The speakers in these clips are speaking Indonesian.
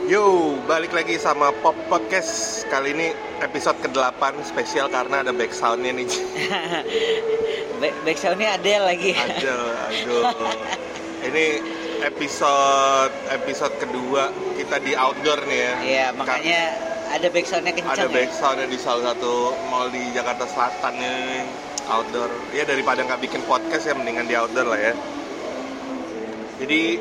Yo, balik lagi sama Pop Podcast. Kali ini episode ke-8 spesial karena ada back sound-nya nih. Back sound-nya ada lagi. Aduh. Ini episode kedua kita di outdoor nih ya. Iya, makanya ada back sound-nya kencang. Ada back sound-nya di salah satu mall di Jakarta Selatan nih, outdoor. Ya daripada nggak bikin podcast ya mendingan di outdoor lah ya. Jadi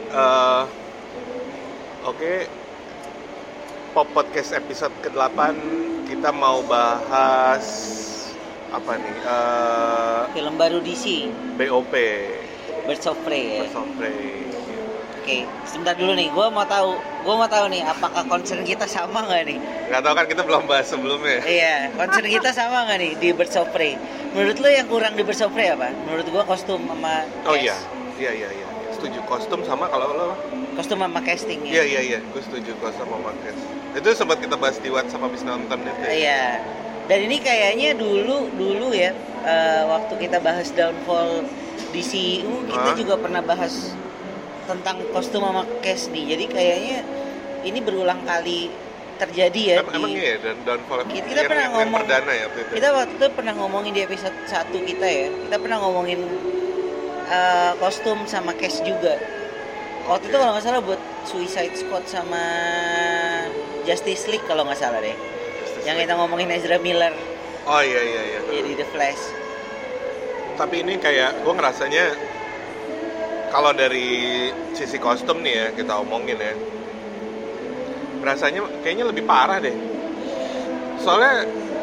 oke. Pop Podcast episode ke-8 kita mau bahas apa nih? Film baru DC, BOP. Birds of Prey ya. Birds of Prey. Oke, sebentar dulu nih, gue mau tahu nih apakah concern kita sama nggak nih? Nggak tahu kan, kita belum bahas sebelumnya. Iya, concern kita sama nggak nih di Birds of Prey? Menurut lo yang kurang di Birds of Prey apa? Menurut gue kostum sama Oh cast. iya. Setuju, kostum sama kalau lo? Kostum sama casting ya. Iya, gue setuju kostum sama cast. Itu sempat kita bahas di WhatsApp habis nonton itu. Iya. Dan ini kayaknya dulu ya, waktu kita bahas Downfall DCU, kita juga pernah bahas tentang kostum sama cast nih. Jadi kayaknya ini berulang kali terjadi ya. Emang iya, dan Downfall kita pernah ngomong perdana ya waktu itu. Kita waktu itu pernah ngomongin di episode 1 kita ya. Kita pernah ngomongin kostum sama cast juga. Waktu itu kalau nggak salah buat Suicide Squad sama Justice League kalau nggak salah deh. Yang kita ngomongin Ezra Miller. Oh iya. Jadi The Flash. Tapi ini kayak gue ngerasanya kalau dari sisi kostum nih ya kita omongin ya, rasanya kayaknya lebih parah deh. Soalnya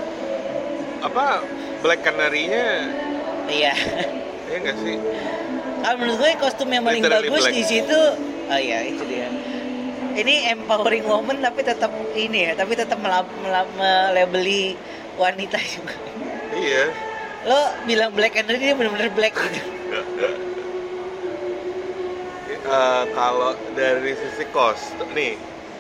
Black Canary-nya Iya. Iya nggak sih? Kalau menurut gue kostum yang paling Literally bagus black. di situ, oh iya itu dia. Ini empowering woman tapi tetap melabeli wanita juga. Iya. Lo bilang Black Canary dia benar-benar black gitu. Kalau dari sisi kostum nih,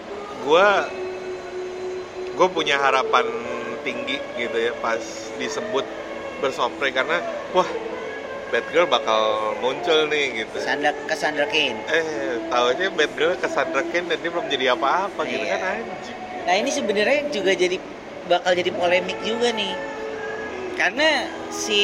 gue punya harapan tinggi gitu ya pas disebut Birds of Prey karena wah, Batgirl bakal muncul nih gitu. Cassandra Cain. Taunya Batgirl Cassandra Cain dan dia belum jadi apa-apa gitu Iya. kan anjing. Nah ini sebenarnya juga bakal jadi polemik juga nih. Karena si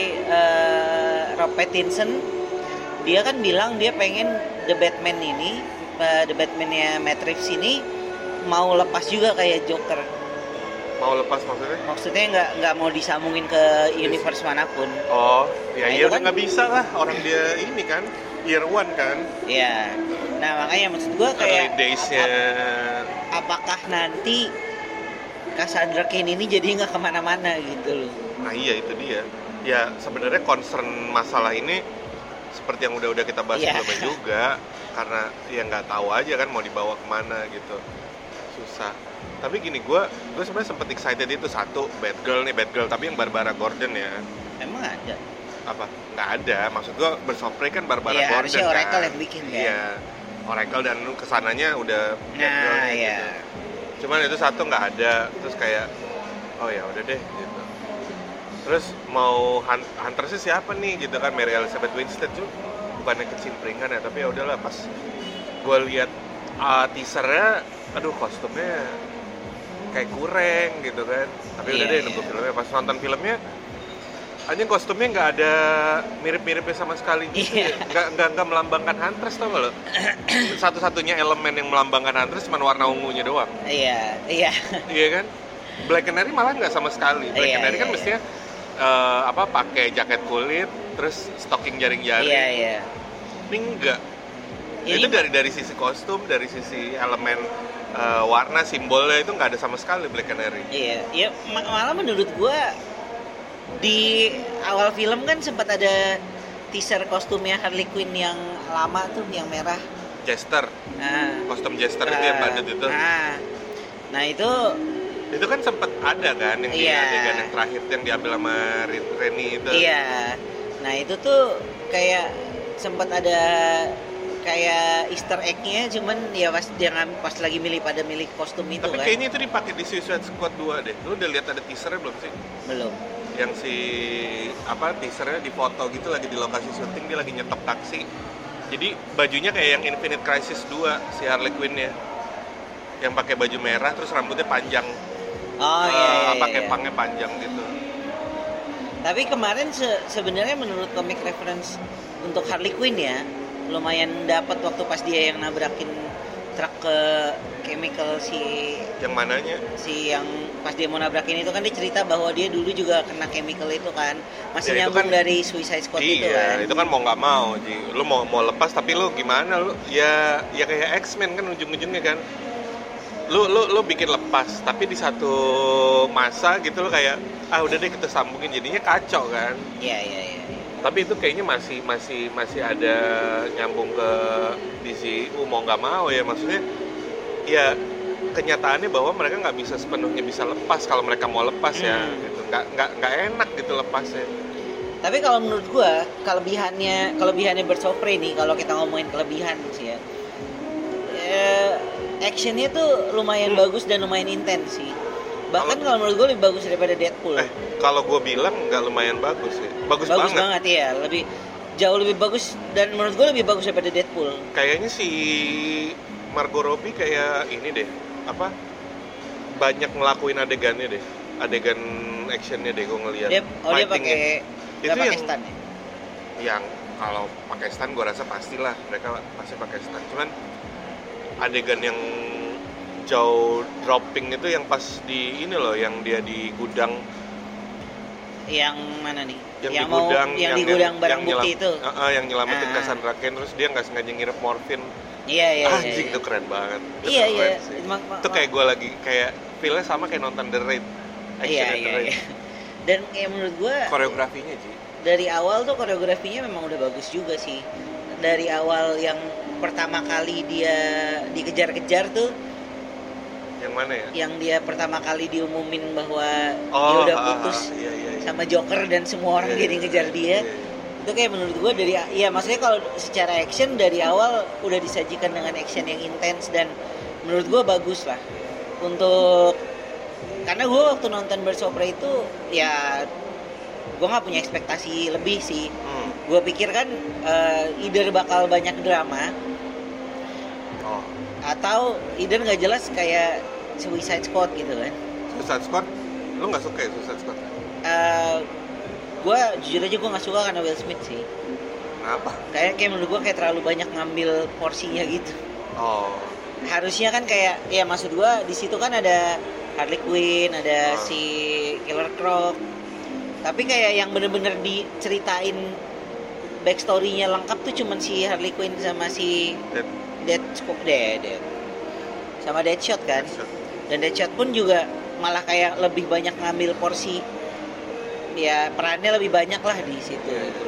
Robert Pattinson dia kan bilang dia pengen The Batman ini, The Batman-nya Matt Reeves ini mau lepas juga kayak Joker. Mau lepas maksudnya? Maksudnya nggak mau disambungin ke universe manapun. Oh, ya Nah, iya itu udah kan- nggak bisa lah, orang dia ini kan year one kan. Iya. Nah makanya maksud gue Early kayak days-nya. apakah nanti Cassandra Cain ini jadi nggak kemana-mana gitu loh. Nah iya itu dia. Ya sebenarnya concern masalah ini seperti yang udah kita bahas Iya. sebelumnya juga, karena ya nggak tahu aja kan mau dibawa kemana gitu, susah. Tapi gini, gue sebenarnya sempet excited itu satu Batgirl tapi yang Barbara Gordon ya. Emang ada? Apa? Nggak ada, maksud gue Birds of Prey kan Barbara Iya, Gordon harusnya kan. Oracle yang bikin kan. Iya, Oracle dan kesananya udah Batgirl Nah gitu. iya. Cuman itu satu nggak ada, terus kayak oh ya udah deh gitu. Terus mau Huntersnya siapa nih gitu kan, Mary Elizabeth Winstead tuh bukannya kecimpringan ya, tapi ya udahlah pas gue lihat teasernya, aduh kostumnya kayak kurang gitu kan. Tapi udah deh nunggu filmnya, pas nonton filmnya anjing kostumnya nggak ada mirip-miripnya sama sekali gitu ya. Nggak melambangkan Huntress, tau gak lo? Satu-satunya elemen yang melambangkan Huntress cuma warna ungunya doang. Iya. Iya kan? Black Canary malah nggak sama sekali. Black Canary kan mestinya pakai jaket kulit, terus stocking jaring-jaring. Iya. Ini enggak. Ini Itu dari sisi kostum, dari sisi elemen warna simbolnya itu nggak ada sama sekali Black Canary. Iya. Ya malah menurut gua di awal film kan sempat ada teaser kostumnya Harley Quinn yang lama tuh, yang merah. Jester. Nah, Kostum Jester itu yang badut itu. Nah itu Itu kan sempat ada kan yang di Iya. adegan yang terakhir yang diambil sama Reni itu. iya. Nah itu tuh kayak sempat ada kayak Easter egg-nya, cuman ya pas lagi pada milih kostum itu. Tapi kan kayaknya itu dipakai di Suicide Squad 2 deh. Lu udah lihat ada teasernya belum sih? belum. Yang teasernya di foto gitu lagi di lokasi syuting, dia lagi nyetop taksi. Jadi bajunya kayak yang Infinite Crisis 2 si Harley Quinn-nya. yang pakai baju merah terus rambutnya panjang. Oh iya. Pakai pangnya panjang gitu. Tapi kemarin sebenarnya menurut comic reference untuk Harley Quinn ya lumayan dapat waktu pas dia yang nabrakin truk ke chemical yang mananya? Si yang pas dia mau nabrakin itu kan dia cerita bahwa dia dulu juga kena chemical itu kan. Masih ya, nyambung kan, dari Suicide Squad itu kan. Iya, itu kan mau nggak mau, Ji. Lu mau lepas tapi lu gimana lu? Ya kayak X-Men kan ujung-ujungnya kan. Lu bikin lepas, tapi di satu masa gitu lo kayak udah deh kita sambungin, jadinya kacau kan. Iya. Tapi itu kayaknya masih ada nyambung ke DCU mau nggak mau ya, maksudnya ya kenyataannya bahwa mereka nggak bisa sepenuhnya bisa lepas kalau mereka mau lepas ya gitu. Nggak enak gitu lepasnya. Tapi kalau menurut gua kelebihannya Birds of Prey nih, kalau kita ngomongin kelebihan sih ya, actionnya tuh lumayan bagus dan lumayan intens sih. Bahkan kalau menurut gue lebih bagus daripada Deadpool. Kalau gue bilang nggak lumayan bagus ya, bagus banget ya, jauh lebih bagus, dan menurut gue lebih bagus daripada Deadpool. Kayaknya si Margot Robbie kayak ini deh, banyak ngelakuin adegannya deh, adegan actionnya deh gue ngeliat. Dia pakai stunt ya? Yang kalau pakai stunt gue rasa pastilah mereka pasti pakai stunt. Cuman adegan yang jauh dropping itu yang pas di ini loh, yang dia di gudang. Yang mana nih? Yang di gudang barang bukti itu. Yang nyelamatin Cassandra Cain, terus dia nggak sengaja ngirup morfin. Iya. Anjing itu keren banget. Iya. Itu kayak gue lagi kayak feel-nya sama kayak nonton The Raid. Iya. Dan ya menurut gue koreografinya Ji. Dari awal tuh koreografinya memang udah bagus juga sih. Dari awal yang pertama kali dia dikejar-kejar tuh. Yang mana ya? Yang dia pertama kali diumumin bahwa dia udah putus sama Joker dan semua orang jadi ngejar dia. Itu kayak menurut gue maksudnya kalau secara action dari awal udah disajikan dengan action yang intens, dan menurut gue bagus lah karena gue waktu nonton Birds of Prey itu ya gue nggak punya ekspektasi lebih sih. Gue pikir kan either bakal banyak drama atau either nggak jelas kayak Suicide Squad gitu kan. Suicide Squad? Lu nggak suka ya Suicide Squad? Gue jujur aja gue nggak suka karena Will Smith sih. Kenapa? Kayak menurut gue kayak terlalu banyak ngambil porsinya gitu. Harusnya kan kayak ya maksud gue di situ kan ada Harley Quinn, ada si Killer Croc. Tapi kayak yang bener-bener diceritain backstory-nya lengkap tuh cuman si Harley Quinn sama si Deadshot sama Deadshot kan. Dan Deadshot pun juga malah kayak lebih banyak ngambil porsi, ya perannya lebih banyak lah di situ.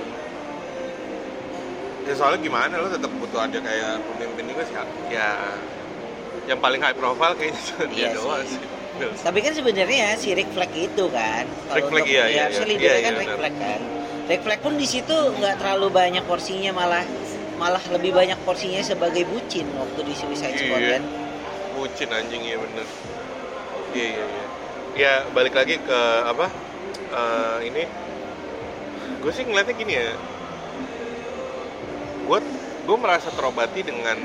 Ya soalnya gimana, lo tetap butuh ada kayak pemimpin juga sih ya. Yang paling high profile kayaknya cuma dia doang sih. Tapi kan sebenarnya si Rick Flag itu kan, Rick Flag leadernya kan Rick Flag kan. Rick Flag pun di situ nggak terlalu banyak porsinya, malah lebih banyak porsinya sebagai bucin waktu di Suicide Squad kan. Bucin anjing ya bener. Iya. Ya balik lagi ke ini. Gue sih ngeliatnya gini ya. Gue merasa terobati dengan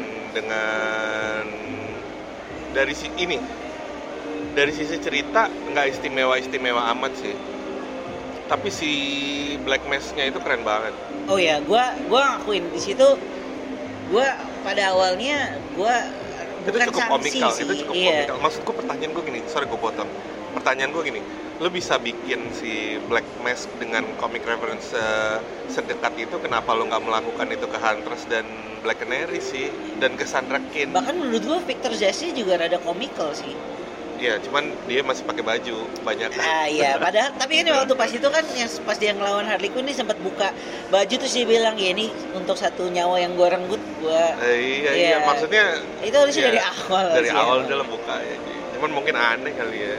dari sisi cerita nggak istimewa amat sih. Tapi si Black Mask-nya itu keren banget. Oh ya, gue ngakuin di situ. Gue pada awalnya itu cukup komikal, komikal. Maksudku pertanyaan gue gini, sorry gue potong. Pertanyaan gue gini, lo bisa bikin si Black Mask dengan comic reference sedekat itu, kenapa lo nggak melakukan itu ke Huntress dan Black Canary sih, dan ke Cassandra Cain? Bahkan menurut gue Victor Zsasz juga rada komikal sih. Iya, cuman dia masih pakai baju banyak. Iya, padahal tapi ini waktu pas itu kan yang pas dia ngelawan Harley Quinn ini sempat buka baju terus dia bilang ya ini untuk satu nyawa yang gue renggut iya, maksudnya itu harusnya dari awal. Dari awal udah lah buka ya. Cuman mungkin aneh kali ya.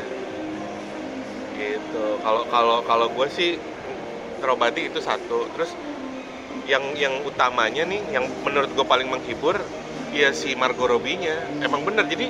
Gitu. Kalau gue sih terobati itu satu. Terus yang utamanya nih, yang menurut gue paling menghibur ya si Margot Robbie-nya. Emang bener, jadi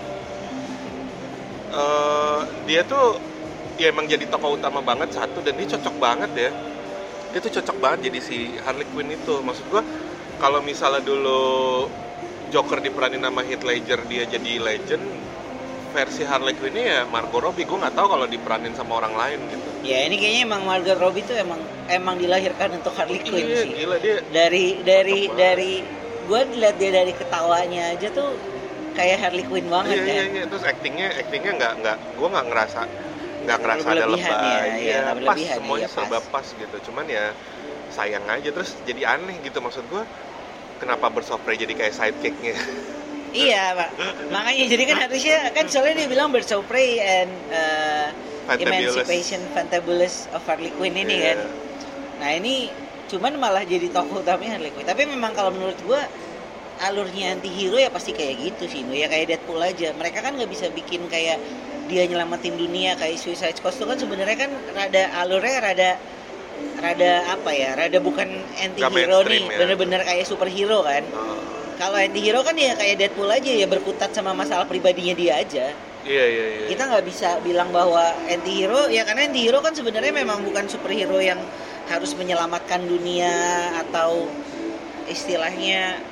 dia tuh ya emang jadi tokoh utama banget satu, dan dia cocok banget ya. Dia tuh cocok banget jadi si Harley Quinn itu. Maksud gue kalau misalnya dulu Joker diperanin sama Heath Ledger dia jadi legend, versi Harley Quinn ini ya Margot Robbie. Gue nggak tahu kalau diperanin sama orang lain gitu. Ya ini kayaknya emang Margot Robbie tuh emang dilahirkan untuk Harley Quinn Iya, sih. gila dia. Dari gue lihat dia dari ketawanya aja tuh kayak Harley Quinn banget kan. Iya. Terus actingnya nggak, gue nggak ngerasa ada Berlebihan lebay. ya, Pas berlebihan, semuanya ya, serba pas gitu. Cuman ya sayang aja, terus jadi aneh gitu. Maksud gue kenapa Birds of Prey jadi kayak sidekicknya? Iya, Pak. Makanya jadi kan harusnya kan soalnya dia bilang Birds of Prey and Emancipation Fantabulous of Harley Quinn ini Iya. kan. Nah ini cuman malah jadi tokoh utamanya Harley Quinn. Tapi memang kalau menurut gua alurnya anti-hero ya pasti kayak gitu sih, ya kayak Deadpool aja. Mereka kan nggak bisa bikin kayak dia nyelamatin dunia kayak Suicide Squad itu kan sebenarnya kan alurnya rada apa ya, rada bukan anti-hero nih, ya. bener-bener kayak superhero kan. Kalau anti-hero kan ya kayak Deadpool aja ya, berkutat sama masalah pribadinya dia aja. Iya. Kita nggak bisa bilang bahwa anti-hero ya, karena anti-hero kan sebenarnya memang bukan superhero yang harus menyelamatkan dunia atau istilahnya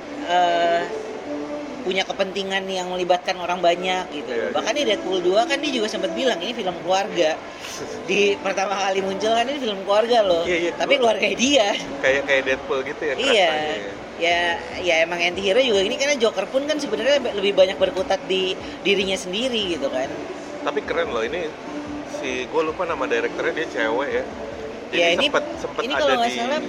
punya kepentingan yang melibatkan orang banyak gitu. Iya. Bahkan di Deadpool 2 kan dia juga sempat bilang ini film keluarga. Di pertama kali muncul kan ini film keluarga loh. Iya. Tapi keluarga dia. Kayak Deadpool gitu ya. Iya. Ya emang anti-hero juga ini, karena Joker pun kan sebenarnya lebih banyak berkutat di dirinya sendiri gitu kan. Tapi keren loh ini, gue lupa nama direkturnya, dia cewek ya. Jadi Ya ini sempet ini ada kalau nggak di salah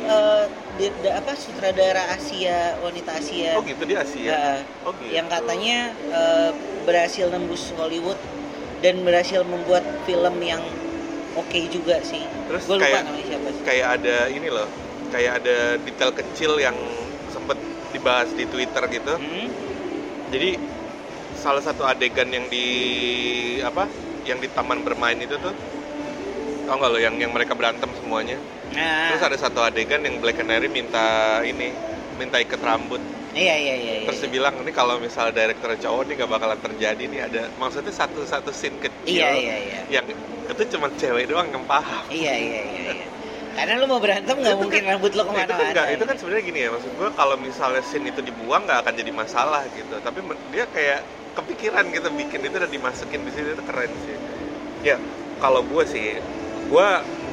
sutradara Asia, wanita Asia. Oh gitu, dia Asia. Oh gitu. Yang katanya berhasil nembus Hollywood dan berhasil membuat film yang oke juga sih. Terus Gue lupa kayak namanya siapa sih. kayak ada ini loh, kayak ada detail kecil yang sempet dibahas di Twitter gitu. Jadi salah satu adegan yang di taman bermain itu tuh, tau nggak lo yang mereka berantem semuanya. Nah. Terus ada satu adegan yang Black Canary minta ikat rambut. Iya. Terus dia bilang ini kalau misalnya director cowok nih gak bakalan terjadi nih, ada maksudnya satu scene kecil. Iya. Yang itu cuma cewek doang yang paham. Iya. Karena lu mau berantem nggak mungkin rambut lo kemana-mana. Itu kan sebenarnya gini ya, maksud gue kalau misalnya scene itu dibuang nggak akan jadi masalah gitu. Tapi dia kayak kepikiran gitu bikin itu dan dimasukin di sini, itu keren sih. Ya kalau gue sih, gue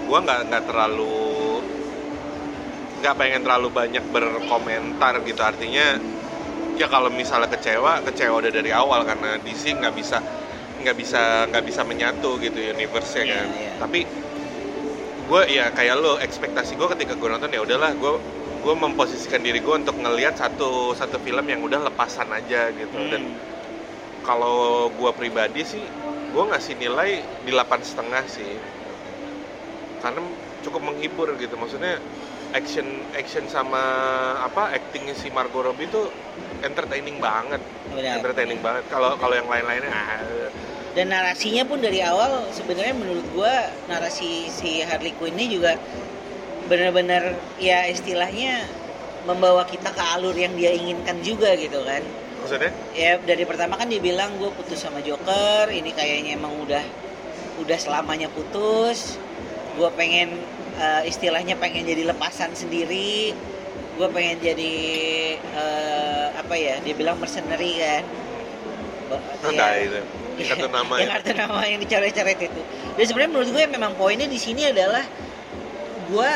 nggak pengen terlalu banyak berkomentar gitu. Artinya ya kalau misalnya kecewa udah dari awal, karena DC nggak bisa menyatu gitu universe-nya kan. Iya. Tapi gue ya kayak lo, ekspektasi gue ketika gue nonton ya udahlah, gue memposisikan diri gue untuk ngelihat satu film yang udah lepasan aja gitu. Dan kalau gue pribadi sih, gue ngasih nilai di 8,5 sih, karena cukup menghibur gitu. Maksudnya action sama actingnya si Margot Robbie itu entertaining banget. Banget. Kalau yang lain-lainnya Dan narasinya pun dari awal sebenarnya menurut gua narasi si Harley Quinn ini juga benar-benar ya istilahnya membawa kita ke alur yang dia inginkan juga gitu kan. Maksudnya? Ya dari pertama kan dia bilang gue putus sama Joker, ini kayaknya emang udah selamanya putus. Gue pengen istilahnya pengen jadi lepasan sendiri. Gue pengen jadi dia bilang mercenary kan. Itu. Kartu nama yang kartu nama yang dicoret-coret itu. Dan sebenarnya menurut gue memang poinnya di sini adalah gue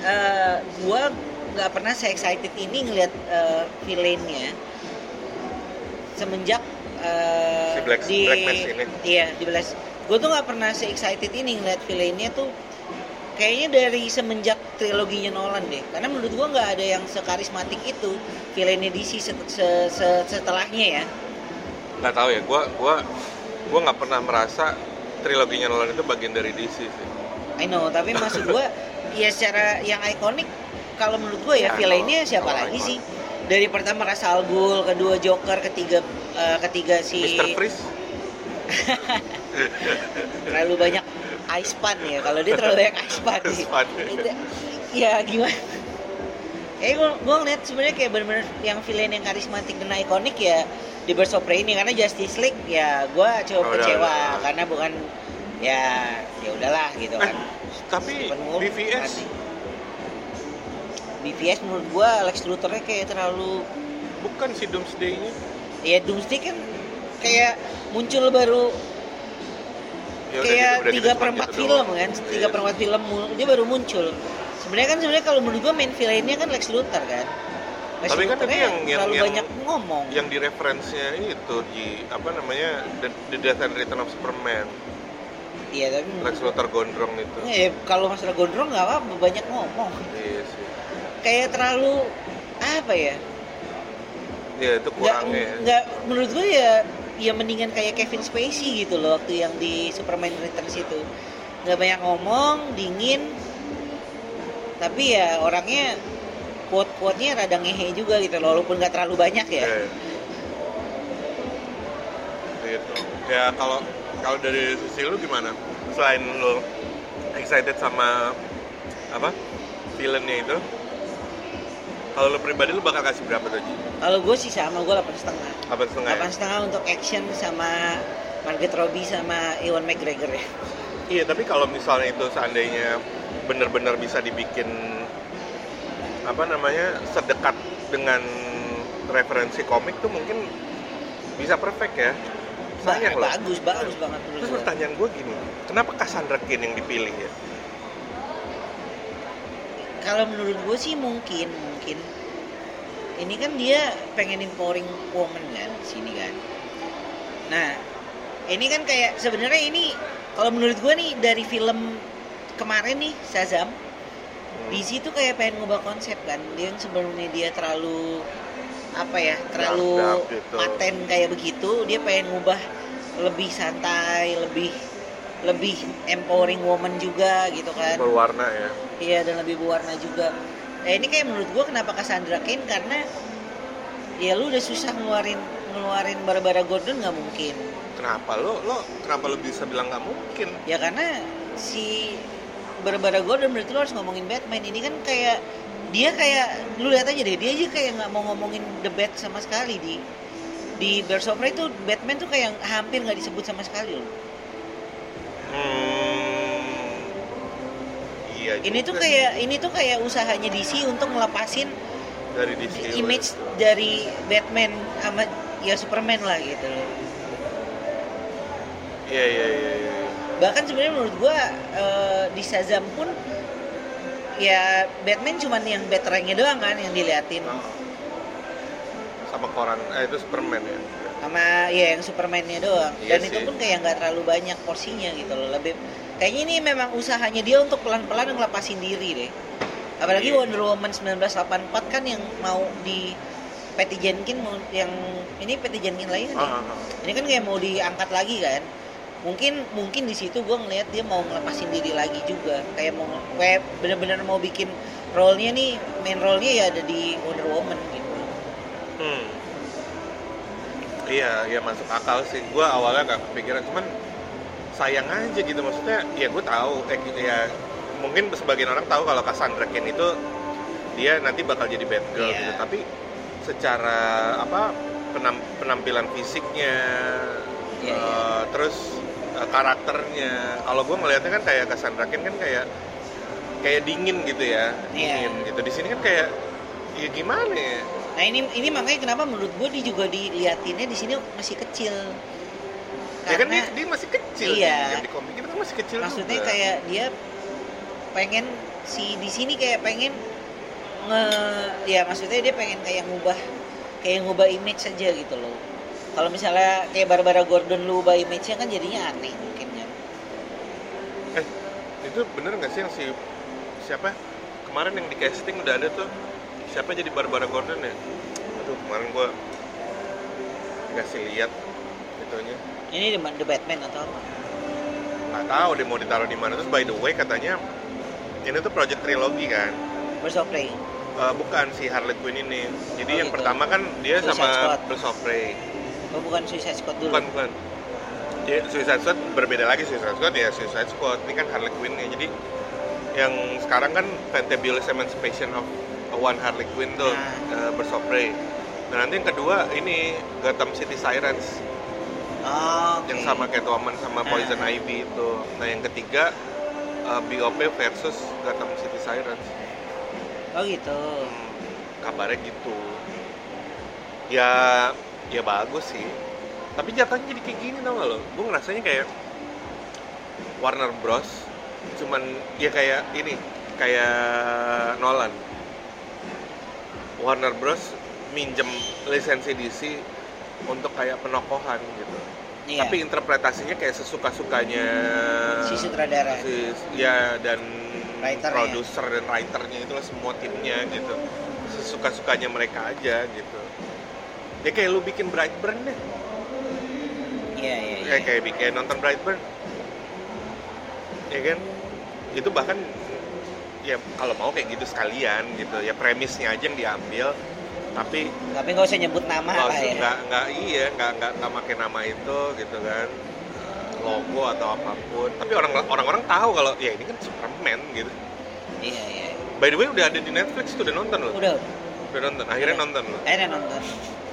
nggak pernah se-excited ini ngelihat villainnya semenjak si Black Mask ini. Iya, di Black. Gue tuh nggak pernah se-excited ini ngelihat villainnya tuh kayaknya dari semenjak triloginya Nolan deh. Karena menurut gue nggak ada yang sekarismatik itu villainnya DC setelahnya ya. Nggak tahu ya, gue nggak pernah merasa triloginya Nolan itu bagian dari DC sih. I know, tapi maksud gue ya secara yang ikonik, kalau menurut gue ya villainnya siapa lagi sih? Dari pertama Ra's al Ghul, kedua Joker, ketiga si Mr. Freeze. Terlalu banyak ice pan ya, kalau dia terlalu banyak ice pan sih. Ya gimana? Gue ngeliat sebenarnya kayak benar-benar yang villain yang karismatik dan ikonik ya di Birds of Prey ini, karena Justice League ya gue cukup kecewa karena bukan ya udahlah gitu kan. Tapi BVS menurut gue Lex Luthor-nya kayak terlalu, bukan si Doomsday-nya. Ya Doomsday kan kayak muncul baru Ya udah kayak gitu, udah gitu 3/4 gitu film doang. kan, Iya. 3/4 film dia baru muncul. Sebenarnya kalau menurut gua main villainnya kan Lex Luthor kan. Lex Tapi kan Luthornya itu terlalu banyak ngomong. yang di referensinya itu di apa namanya The Death and Return of Superman. Iya tapi Lex Luthor gondrong itu. kalau masalah gondrong nggak apa banyak ngomong. Iya sih. Kayak terlalu apa ya? Iya itu kurangnya. Nggak menurut gue ya mendingan kayak Kevin Spacey gitu loh waktu yang di Superman Returns itu. Nggak banyak ngomong, dingin. Tapi ya orangnya quote-quote-nya rada ngehe juga gitu loh, walaupun nggak terlalu banyak ya. Iya. Gitu. Ya kalau dari sisi lu gimana? Selain lu excited sama apa? Villainnya itu, kalau lu pribadi lu bakal kasih berapa tuh, Ji? Kalau gue sih sama, gue 8,5. 8,5 ya? 8,5 untuk action sama Margot Robbie sama Ewan McGregor ya. Iya, tapi kalau misalnya itu seandainya benar-benar bisa dibikin apa namanya sedekat dengan referensi komik tuh mungkin bisa perfect ya. Sayang loh. Bagus banget menurut Terus gue. pertanyaan gue gini, kenapa Cassandra Cain yang dipilih ya? Kalau menurut gue sih mungkin ini kan dia pengen empowering woman kan di sini kan. Nah, ini kan kayak sebenarnya ini kalau menurut gue nih dari film kemarin nih Shazam, DC tuh kayak pengen ngubah konsep kan. Dia yang sebelumnya dia terlalu apa ya, terlalu Dark gitu. paten kayak begitu, dia pengen ngubah lebih santai, lebih empowering woman juga gitu kan. Berwarna ya. Iya, dan lebih berwarna juga. Nah ini kayak menurut gue kenapa Cassandra Cain, karena ya lu udah susah ngeluarin Barbara Gordon nggak mungkin. Kenapa lo kenapa lo bisa bilang nggak mungkin? Ya karena si Barbara Gordon berarti lu harus ngomongin Batman. Ini kan kayak dia kayak lu lihat aja deh, dia aja kayak nggak mau ngomongin The Bat sama sekali di Birds of Prey tuh Batman tuh kayak hampir nggak disebut sama sekali loh. Iya. Ini tuh kayak usahanya DC untuk ngelepasin dari DC image dari Batman sama ya Superman lah gitu loh. Iya. Bahkan sebenarnya menurut gua di Shazam pun ya Batman cuman yang batarainya doang kan yang diliatin. Sama koran itu Superman ya. Sama ya yang Superman-nya doang. Iya Dan sih. itu pun kayak nggak terlalu banyak porsinya gitu loh. Lebih kayaknya ini memang usahanya dia untuk pelan-pelan ngelepasin diri deh. Apalagi Iya. Wonder Woman 1984 kan yang mau di Patty Jenkins yang ini Patty Jenkins lagi kan ya? Ini kan kayak mau diangkat lagi kan. Mungkin di situ gue ngelihat dia mau ngelepasin diri lagi juga. Kayak benar-benar mau bikin role-nya nih, main role-nya ya ada di Wonder Woman gitu. Iya masuk akal sih. Gue awalnya gak kepikiran, cuman sayang aja gitu, maksudnya ya gue tahu ya mungkin sebagian orang tahu kalau Cassandra Cain itu dia nanti bakal jadi Batgirl gitu, tapi secara apa penampilan fisiknya terus karakternya, kalau gue ngelihatnya kan kayak Cassandra Cain kan kayak dingin gitu ya, dingin gitu. Di sini kan kayak ya gimana ya. Nah ini makanya kenapa menurut gue dia juga diliatinnya di sini masih kecil. Ya kan dia masih kecil. Iya. Yang di komik itu kan masih kecil. Maksudnya juga. kayak dia pengen di sini kayak pengen maksudnya dia pengen kayak ngubah image saja gitu loh. Kalau misalnya kayak Barbara Gordon lu ubah image-nya kan jadinya aneh mungkin ya. Itu bener nggak sih yang siapa kemarin yang di casting udah ada tuh, siapa jadi Barbara Gordon ya? Aduh, kemarin gua dikasih lihat itunya. Ini The Batman atau apa? Nggak tahu dia mau ditaruh di mana. Terus by the way katanya ini tuh project trilogi kan? Birds of Prey. Bukan si Harley Quinn ini. Jadi yang gitu. pertama kan dia Suicide sama Squad. Birds of Prey. Oh bukan Suicide Squad dulu. Bukan. Jadi Suicide Squad berbeda lagi. Suicide Squad ya Suicide Squad. Ini kan Harley Quinn ya. Jadi yang sekarang kan Fantabulous Emancipation of One Harley Quinn tuh, Birds of Prey. Nah nanti yang kedua ini Gotham City Sirens. Okay. Yang sama Catwoman sama Poison Ivy itu. Nah yang ketiga BOP versus Gotham City Sirens. Oh gitu. Kabarnya gitu. Ya ya bagus sih. Tapi jatuhnya jadi kayak gini tau gak lo? Gue ngerasanya kayak Warner Bros. Cuman ya kayak ini, kayak Nolan. Warner Bros. Minjem lisensi DC untuk kayak penokohan gitu. Iya. Tapi interpretasinya kayak sesuka-sukanya Si sutradara. ya, dan Writer-nya. produser dan writernya itulah semua timnya gitu. Sesuka-sukanya mereka aja gitu. Ya kayak lu bikin Brightburn deh. Iya. Kayak bikin nonton Brightburn. Ya kan? Itu bahkan ya kalau mau kayak gitu sekalian gitu. Ya premisnya aja yang diambil. Tapi nggak usah nyebut nama lah ya. nggak pakai nama itu gitu kan, logo atau apapun. Tapi orang-orang tahu kalau ya ini kan Superman gitu. Iya. By the way udah ada di Netflix tuh, udah nonton lo? Udah nonton. Akhirnya nonton lo? Akhirnya nonton.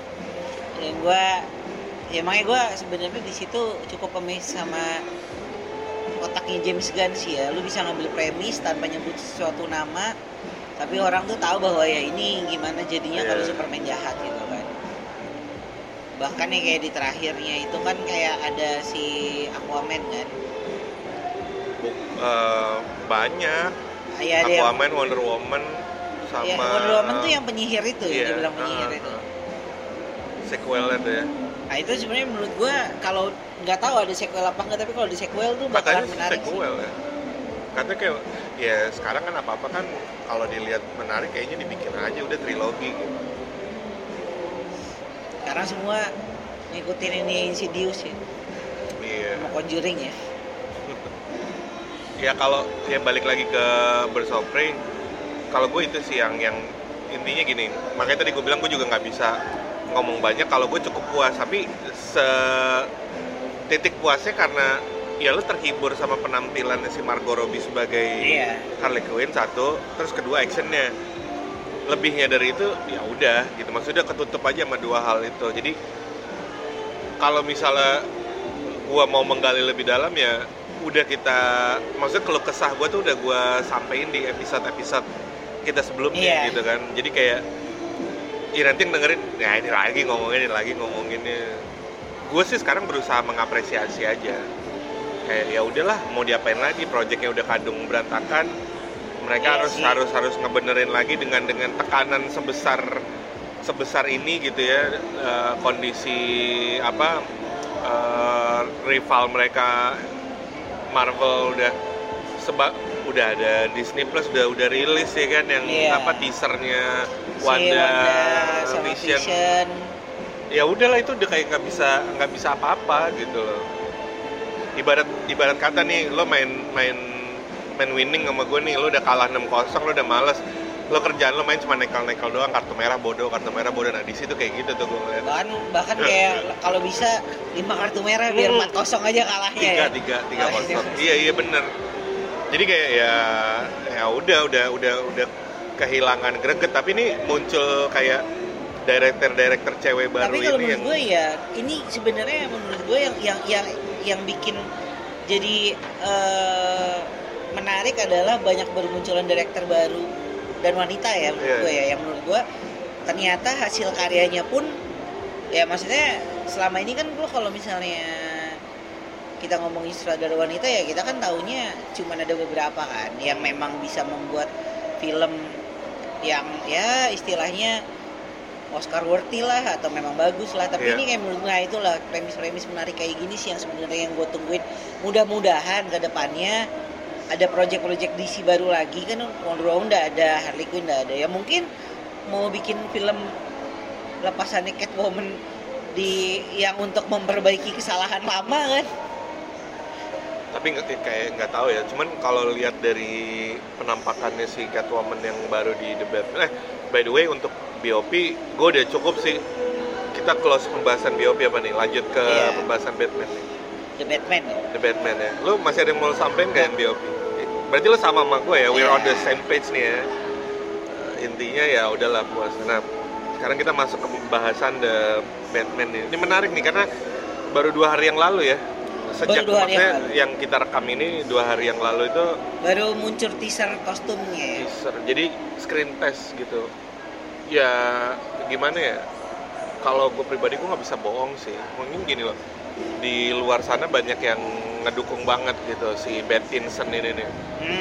Makanya gue sebenarnya di situ cukup amazed sama otaknya James Gunn sih ya. Lu bisa ngambil premis tanpa nyebut suatu nama, tapi orang tuh tahu bahwa ya ini gimana jadinya kalau Superman jahat gitu kan. Bahkan ya kayak di terakhirnya itu kan kayak ada si Aquaman kan. Banyak. Ya, Aquaman, Wonder Woman sama ya, Wonder Woman tuh yang penyihir itu ya, dibilang penyihir itu. Sequelnya tuh ya. Nah itu sebenarnya menurut gue kalau nggak tahu ada sequel apa enggak, tapi kalau di sequel tuh bakalan menarik sequel sih. Ya. Katanya kayak ya sekarang kan apa-apa kan kalau dilihat menarik kayaknya dibikin aja udah trilogi gitu. Sekarang semua ngikutin ini Insidious ya. Iya. Mau Conjuring ya. Ya kalau ya balik lagi ke Birds of Prey, kalau gue itu sih yang intinya gini. Makanya tadi gue bilang gue juga nggak bisa ngomong banyak. Kalau gue cukup puas, tapi titik puasnya karena ya lu terhibur sama penampilannya si Margot Robbie sebagai Harley Quinn satu, terus kedua actionnya. Lebihnya dari itu ya udah gitu, maksudnya ketutup aja sama dua hal itu. Jadi kalau misalnya gua mau menggali lebih dalam ya udah maksudnya keluh kesah gua tuh udah gua sampein di episode kita sebelumnya gitu kan. Jadi kayak ya nanti yang dengerin ya ini lagi ngomonginnya. Gue sih sekarang berusaha mengapresiasi aja. Kayak ya udahlah mau diapain lagi, proyeknya udah kadung berantakan. Mereka harus ngebenerin lagi dengan tekanan sebesar ini gitu ya. Kondisi rival mereka Marvel udah ada Disney Plus udah rilis ya kan yang teasernya Wanda Vision. Ya udahlah itu udah kayak nggak bisa apa-apa gitu loh. Ibarat kata nih lo main winning sama gue nih, lo udah kalah 6-0, lo udah males, lo kerjaan lo main cuma nekel doang, kartu merah bodoh. Nah di situ kayak gitu tuh gue ngeliat. Bahkan kayak kalau bisa 5 kartu merah biar 4-0 aja kalahnya. 3-0. Iya bener. Jadi kayak ya udah kehilangan greget. Tapi ini muncul kayak director cewek baru ini. Tapi kalau menurut gue ya ini sebenarnya menurut gue yang bikin jadi menarik adalah banyak bermunculan director baru dan wanita ya menurut gue ya, yang menurut gue ternyata hasil karyanya pun ya maksudnya selama ini kan gue kalau misalnya kita ngomongin sutradara wanita ya kita kan taunya cuma ada beberapa kan yang memang bisa membuat film yang ya istilahnya Oscar worthy lah atau memang bagus lah, tapi ini kayak menurut gue itulah premis menarik kayak gini sih yang sebenarnya yang gue tungguin. Mudah-mudahan ke depannya ada project-project DC baru lagi kan. Wonder Woman udah ada, Harley Quinn udah ada, ya mungkin mau bikin film lepasannya Catwoman yang untuk memperbaiki kesalahan lama kan. Tapi nggak tahu ya, cuman kalau lihat dari penampakannya si Catwoman yang baru di The Batman, by the way untuk BOP gue udah cukup sih. Kita close pembahasan BOP apa nih, lanjut ke pembahasan Batman nih. The Batman ya. Lu masih ada yang mau sampein kayak BOP? Berarti lu sama gue ya, we're on the same page nih ya. Intinya ya udahlah puas. Nah sekarang kita masuk ke pembahasan The Batman nih. Ini menarik nih karena baru 2 hari yang lalu ya. Sejak maksudnya yang kita rekam ini 2 hari yang lalu itu baru muncul teaser kostumnya. Jadi screen test gitu. Ya gimana ya? kalau gue pribadi gue nggak bisa bohong sih. Mungkin gini loh, di luar sana banyak yang ngedukung banget gitu si Pattinson ini nih.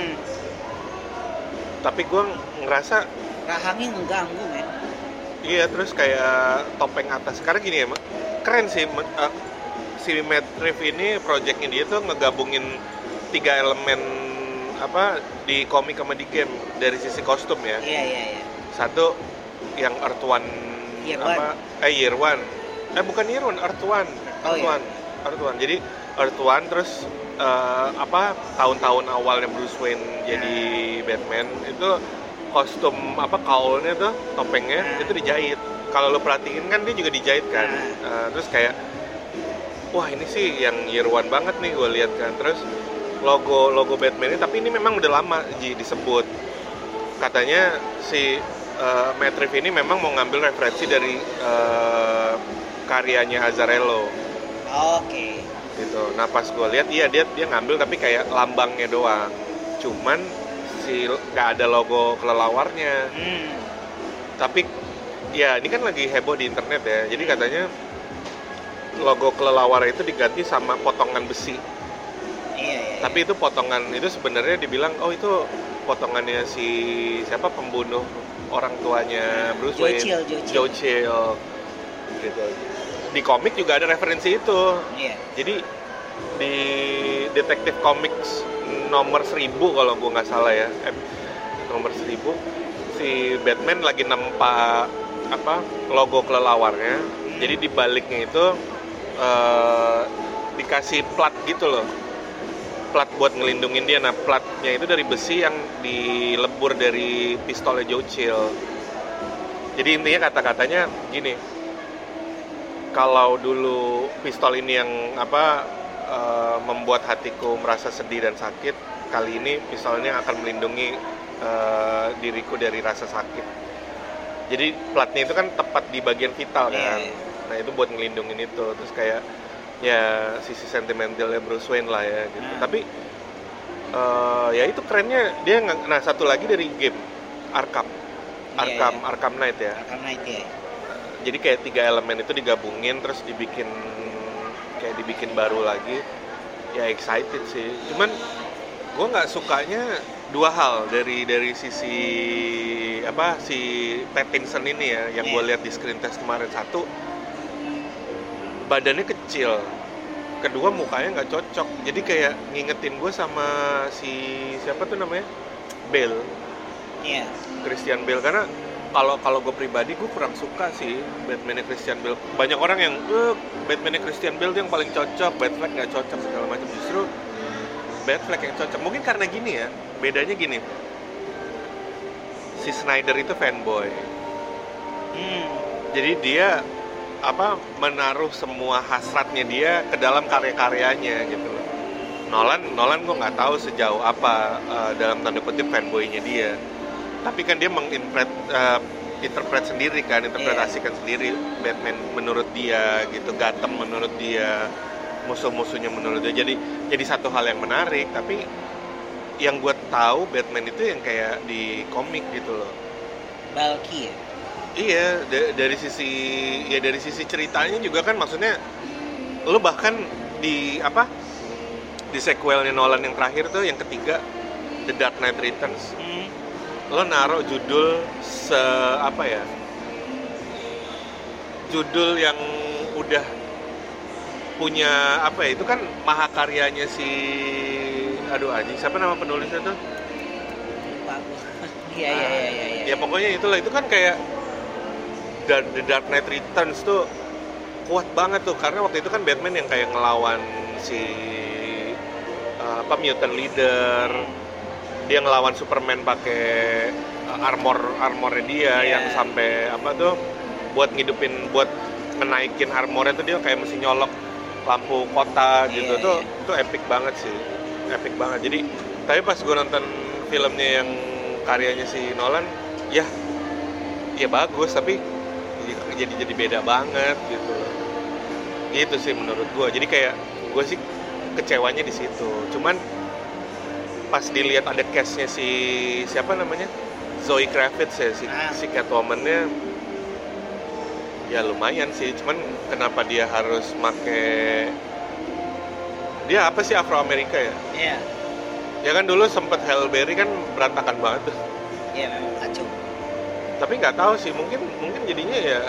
Tapi gue ngerasa Rahangnya ngeganggu men. iya, terus kayak topeng atas. Karena gini ya, keren sih si Matt Reeves ini projectnya dia tuh ngegabungin 3 elemen apa di komik sama di game dari sisi kostum ya. Iya. Satu yang Earth One Year One. Bukan Year One, Earth One. Earth One. Jadi Earth One terus tahun-tahun awalnya Bruce Wayne jadi Batman itu kostum kaulnya tuh, topengnya itu dijahit. Kalau lo perhatiin kan dia juga dijahit kan. Terus kayak wah ini sih yang Year One banget nih gue lihat kan. Terus logo Batman ini, tapi ini memang udah lama disebut. Katanya si Matt Reeves ini memang mau ngambil referensi dari karyanya Azzarello. Oke. Gitu. Nah pas gue lihat dia ngambil tapi kayak lambangnya doang. Cuman nggak ada logo kelelawarnya. Tapi ya ini kan lagi heboh di internet ya. Jadi katanya logo kelelawar itu diganti sama potongan besi. Iya. Tapi itu potongan itu sebenarnya dibilang itu potongannya si siapa pembunuh orang tuanya Bruce Wayne, Joe Chill. Gitu. Di komik juga ada referensi itu. Iya. Jadi di Detective Comics nomor 1000 kalau gue nggak salah ya, nomor 1000 si Batman lagi nempa logo kelelawarnya. Jadi di baliknya itu dikasih plat gitu loh, plat buat ngelindungin dia. Nah platnya itu dari besi yang dilebur dari pistolnya Joe Chill. Jadi intinya kata-katanya gini, kalau dulu pistol ini yang membuat hatiku merasa sedih dan sakit, kali ini pistol ini akan melindungi diriku dari rasa sakit. Jadi platnya itu kan tepat di bagian vital kan. Nah itu buat ngelindungin itu. Terus kayak ya sisi sentimentalnya Bruce Wayne lah ya gitu. Tapi ya itu kerennya dia. Nah satu lagi dari game Arkham Knight ya. Arkham Knight ya. Jadi kayak 3 elemen itu digabungin terus dibikin baru lagi. Ya excited sih. Cuman gue nggak sukanya 2 hal dari sisi si Pattinson ini ya yang gue lihat di screen test kemarin. Satu, badannya kecil. Kedua, mukanya nggak cocok. Jadi kayak ngingetin gue sama si siapa tuh namanya, Bale. Iya. Christian Bale. Karena kalau gue pribadi gue kurang suka sih Batman-nya Christian Bale. Banyak orang yang Batman-nya Christian Bale tuh yang paling cocok, Batfleck nggak cocok segala macam. Justru Batfleck yang cocok. Mungkin karena gini ya, bedanya gini. Si Snyder itu fanboy. Jadi dia menaruh semua hasratnya dia ke dalam karya-karyanya gitu loh. Nolan gue nggak tahu sejauh apa dalam tanda kutip fanboynya dia. Tapi kan dia interpret sendiri kan, interpretasikan sendiri Batman menurut dia gitu, Gotham menurut dia, musuh-musuhnya menurut dia. Jadi satu hal yang menarik. Tapi yang gue tahu Batman itu yang kayak di komik gitu loh. Bulky ya. Iya, dari sisi ceritanya juga kan, maksudnya lo bahkan di sequelnya Nolan yang terakhir tuh, yang ketiga, The Dark Knight Returns. Lo naruh judul judul yang udah punya itu kan mahakaryanya si siapa nama penulisnya tuh? Iya. Ya pokoknya itulah, itu kan kayak The Dark Knight Returns tuh kuat banget tuh, karena waktu itu kan Batman yang kayak ngelawan si mutant leader. Dia ngelawan Superman pakai armornya dia yang sampai buat ngenaikin armornya tuh dia kayak mesti nyolok lampu kota gitu. Tuh epic banget sih, epic banget. Jadi tapi pas gue nonton filmnya yang karyanya si Nolan, ya bagus, tapi jadi beda banget gitu. Gitu sih menurut gue. Jadi kayak gue sih kecewanya di situ. Cuman pas dilihat ada cast-nya si siapa namanya, Zoe Kravitz ya, si Catwoman-nya, Ya lumayan sih, cuman kenapa dia harus make, dia apa sih, Afro Amerika ya? Iya. Ya kan dulu sempet Halle Berry kan berantakan banget tuh. Iya memang kacau. Tapi nggak tahu sih, mungkin jadinya ya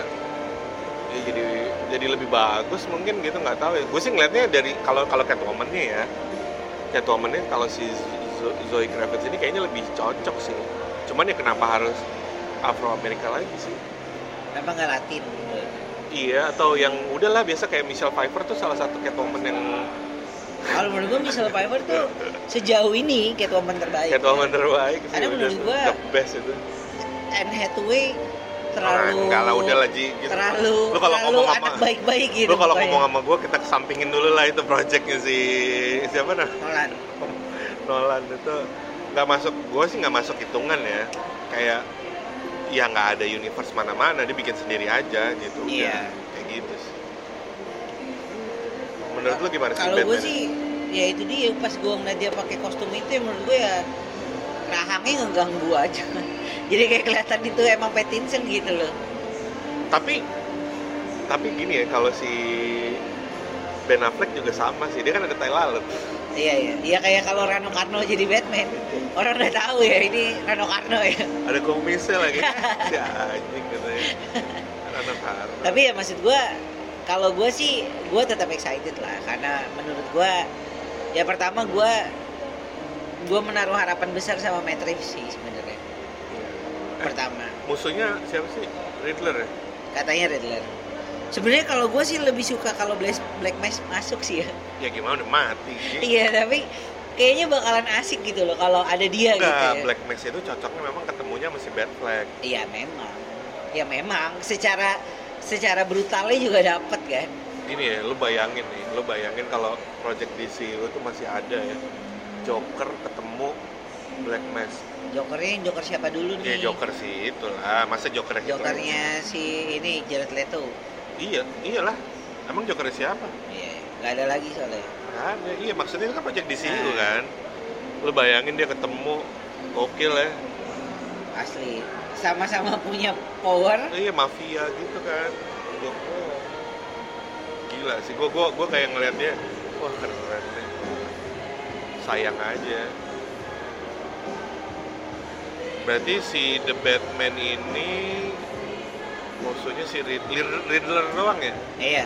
jadi lebih bagus mungkin gitu, nggak tahu ya. Gue sih ngeliatnya dari kalau Catwoman-nya ya, Catwoman-nya kalau si Zoe Kravitz ini kayaknya lebih cocok sih. Cuman ya kenapa harus Afro Amerika lagi sih? Kenapa nggak Latin? Iya, atau yang udahlah biasa kayak Michelle Pfeiffer tuh salah satu Catwoman yang Kalau menurut gue Michelle Pfeiffer tuh sejauh ini Catwoman terbaik. Catwoman terbaik sih. Karena menurut udah gua the best itu. Anne Hathaway terlalu Enggak lah, udah lah Ji gitu. terlalu Lu kalau ngomong sama anak baik-baik gitu. Lu kalau pokoknya. ngomong sama gue, kita kesampingin dulu lah itu projectnya si siapa nah? Nolan itu nggak masuk, gue sih nggak masuk hitungan ya. Kayak ya nggak ada universe mana-mana, dia bikin sendiri aja gitu. Iya. Kayak gitu sih. Menurut lu gimana sih Kalau gue Batman? sih ya itu dia, pas gue ngeliat dia pakai kostum itu ya menurut gue ya rahangnya ngeganggu aja. Jadi kayak kelihatan itu emang Pattinson gitu loh. Tapi gini ya, kalau si Ben Affleck juga sama sih, dia kan ada tai lalat. Iya. Iya kayak kalau Rano Karno jadi Batman, orang udah tahu ya ini Rano Karno ya. Ada kumisnya lagi, si anjing katanya. Rano Karno. Tapi ya maksud gue, kalau gue sih gue tetap excited lah, karena menurut gue ya pertama gue menaruh harapan besar sama Matt Reeves sih sebenarnya. Pertama Musuhnya siapa sih? Riddler ya? katanya Riddler. Sebenarnya kalau gue sih lebih suka kalau Black Mask masuk sih ya. Ya gimana, udah mati. Iya tapi kayaknya bakalan asik gitu loh kalau ada dia gitu Enggak, ya. Black Mask itu cocoknya memang ketemunya sama si Batfleck. Iya memang. Ya memang secara brutalnya juga dapet kan. Gini ya, lu bayangin kalau project DCU itu masih ada ya. Joker ketemu Black Mask. Jokernya Joker siapa dulu Ya nih? Joker sih itulah, masa Joker Jokernya si ini Jared Leto. Iyalah. Emang Joker siapa? Iya, nggak ada lagi soalnya. Nggak ada. Iya, maksudnya itu kan project DCU Nah. kan. Lu bayangin dia ketemu, gokil ya. Asli. Sama-sama punya power. Iya, mafia gitu kan. Gila sih, gua kayak ngeliat dia, wah keren deh. Sayang aja. Berarti si The Batman ini musuhnya si Riddler doang ya? Iya.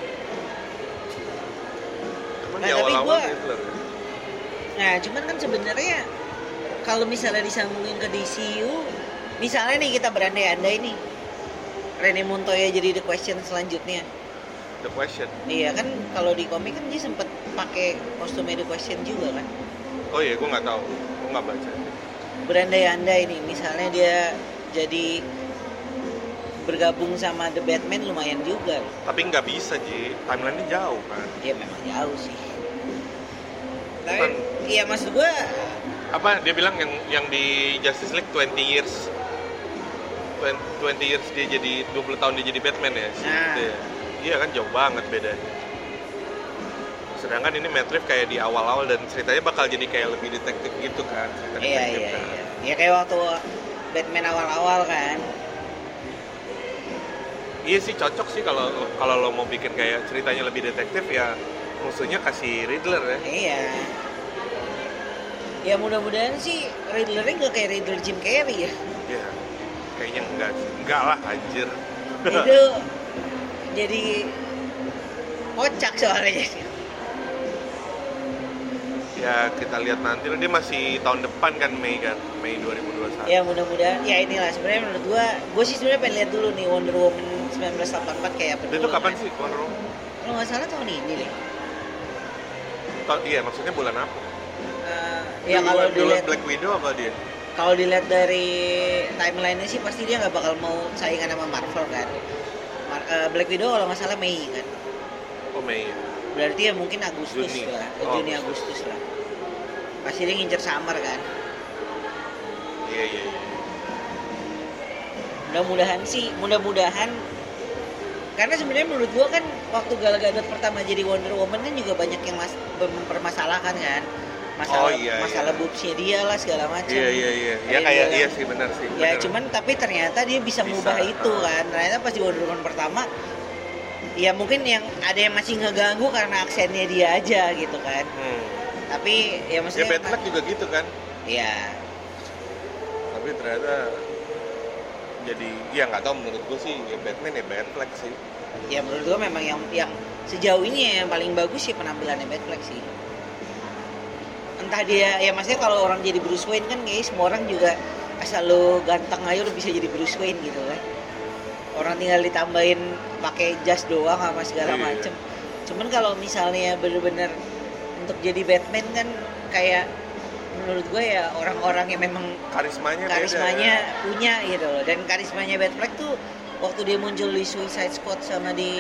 Cuman Nah, di tapi awal-awal gua- Riddler ya? Nah, cuman kan sebenarnya kalau misalnya disambungin ke DCU, misalnya nih kita berandai-andai nih Rene Montoya jadi The Question selanjutnya. The Question. Iya kan, kalau di komik kan dia sempet pakai kostumnya The Question juga kan. Oh iya, gua nggak tahu, gua nggak baca. Berandai-andai nih, misalnya dia jadi bergabung sama The Batman lumayan juga loh. Tapi nggak bisa Ji, timeline-nya jauh kan. Dia memang jauh sih. Tapi Bukan. iya maksud gua Apa dia bilang yang di Justice League 20 years 20 years dia jadi 20 tahun dia jadi Batman ya. Nah. Gitu ya. Iya kan jauh banget bedanya. Sedangkan ini Matt Reeves kayak di awal-awal dan ceritanya bakal jadi kayak lebih detektif gitu kan. Cerita iya. detektif kan. Ya kayak waktu Batman awal-awal kan. Iya sih cocok sih kalau lo mau bikin kayak ceritanya lebih detektif ya musuhnya kasih Riddler ya. Iya. Ya mudah-mudahan sih Riddler-nya nggak kayak Riddler Jim Carrey ya. Iya. Kayaknya enggak sih. Enggak lah anjir. Itu jadi kocak soalnya jadi. Ya kita lihat nanti, dia masih tahun depan kan Mei 2021. Ya mudah-mudahan ya inilah sebenarnya menurut gua sih sebenarnya pengen lihat dulu nih Wonder Woman 1984 kayak apa dulu. Itu kapan kan. sih Wonder Woman? Kalau nggak salah tahun ini deh. Iya maksudnya bulan apa? Ya kalau dilihat Black Widow apa dia? kalau dilihat dari timeline-nya sih pasti dia nggak bakal mau saingan sama Marvel kan. Black Widow kalau nggak salah Mei kan. Oh Mei. Berarti ya mungkin Agustus Juni. lah, Oh, Juni Agustus lah. Pasti dia ngincer Summer kan. Iya. Mudah-mudahan karena sebenarnya menurut gua kan waktu Gal Gadot pertama jadi Wonder Woman kan juga banyak yang mempermasalahkan kan masalah iya. masalah boobsnya dia lah segala macam. Iya. Ya Ada kayak yang iya bilang, sih benar sih. ya benar. cuman tapi ternyata dia bisa mengubah itu kan. Ternyata pas di Wonder Woman pertama ya mungkin yang ada yang masih ngeganggu karena aksennya dia aja gitu kan. Tapi ya Ya maksudnya Batfleck juga gitu kan. ya Tapi ternyata jadi ya nggak tahu, menurut gue sih ya Batman ya Batfleck sih. ya menurut gua memang yang sejauh ini yang paling bagus sih penampilannya Batfleck sih. Entah dia ya maksudnya kalau orang jadi Bruce Wayne kan kayak semua orang juga asal lo ganteng aja lo bisa jadi Bruce Wayne gitu kan. Orang tinggal ditambahin pakai jas doang sama segala Iya. macem. Cuman kalau misalnya bener-bener untuk jadi Batman kan kayak menurut gue ya orang-orang yang memang Karismanya beda, karismanya ya. punya gitu loh. Dan karismanya Batfleck tuh waktu dia muncul di Suicide Squad sama di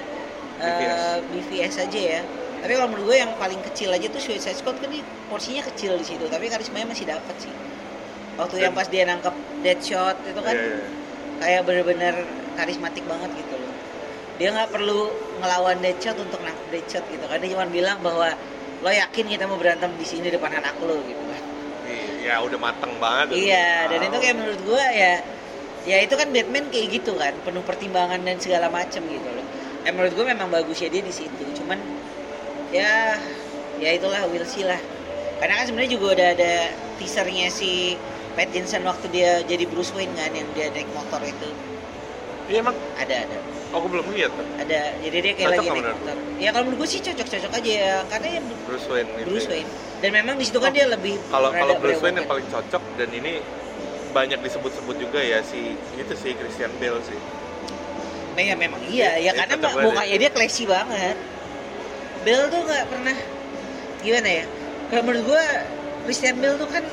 BVS aja ya. Tapi kalau menurut gue yang paling kecil aja tuh Suicide Squad kan dia porsinya kecil di situ, tapi karismanya masih dapat sih. Waktu yang pas dia nangkep Deadshot itu kan Iya. kayak bener-bener karismatik banget gitu loh. Dia nggak perlu ngelawan Deadshot untuk nangkep Deadshot gitu kan. Dia cuma bilang bahwa lo yakin kita mau berantem di sini depan anak lo gitu kan. Iya, udah mateng banget. Iya, dan itu kayak menurut gue ya itu kan Batman kayak gitu kan, penuh pertimbangan dan segala macem gitu loh. Menurut gue memang bagus ya dia di situ. Cuman ya itulah we'll see lah. Karena kan sebenarnya juga udah ada teasernya si Pattinson waktu dia jadi Bruce Wayne kan, yang dia naik motor itu. Iya emang. Ada. Aku belum lihat tuh. Ada. Jadi dia kayak Cocok lagi nggak naik bener? motor. Ya kalau menurut gue sih cocok-cocok aja ya, karena ya Bruce Wayne gitu. Bruce ya. Wayne. Dan memang di situ kan dia lebih Kalau rada Bruce Wayne berewokan. yang paling cocok, dan ini banyak disebut-sebut juga ya si itu sih Christian Bale sih. Nah, ya memang iya ya Dia karena cocok banget mukanya dia classy banget. Bale tuh nggak pernah gimana ya? Kalau menurut gue Christian Bale tuh kan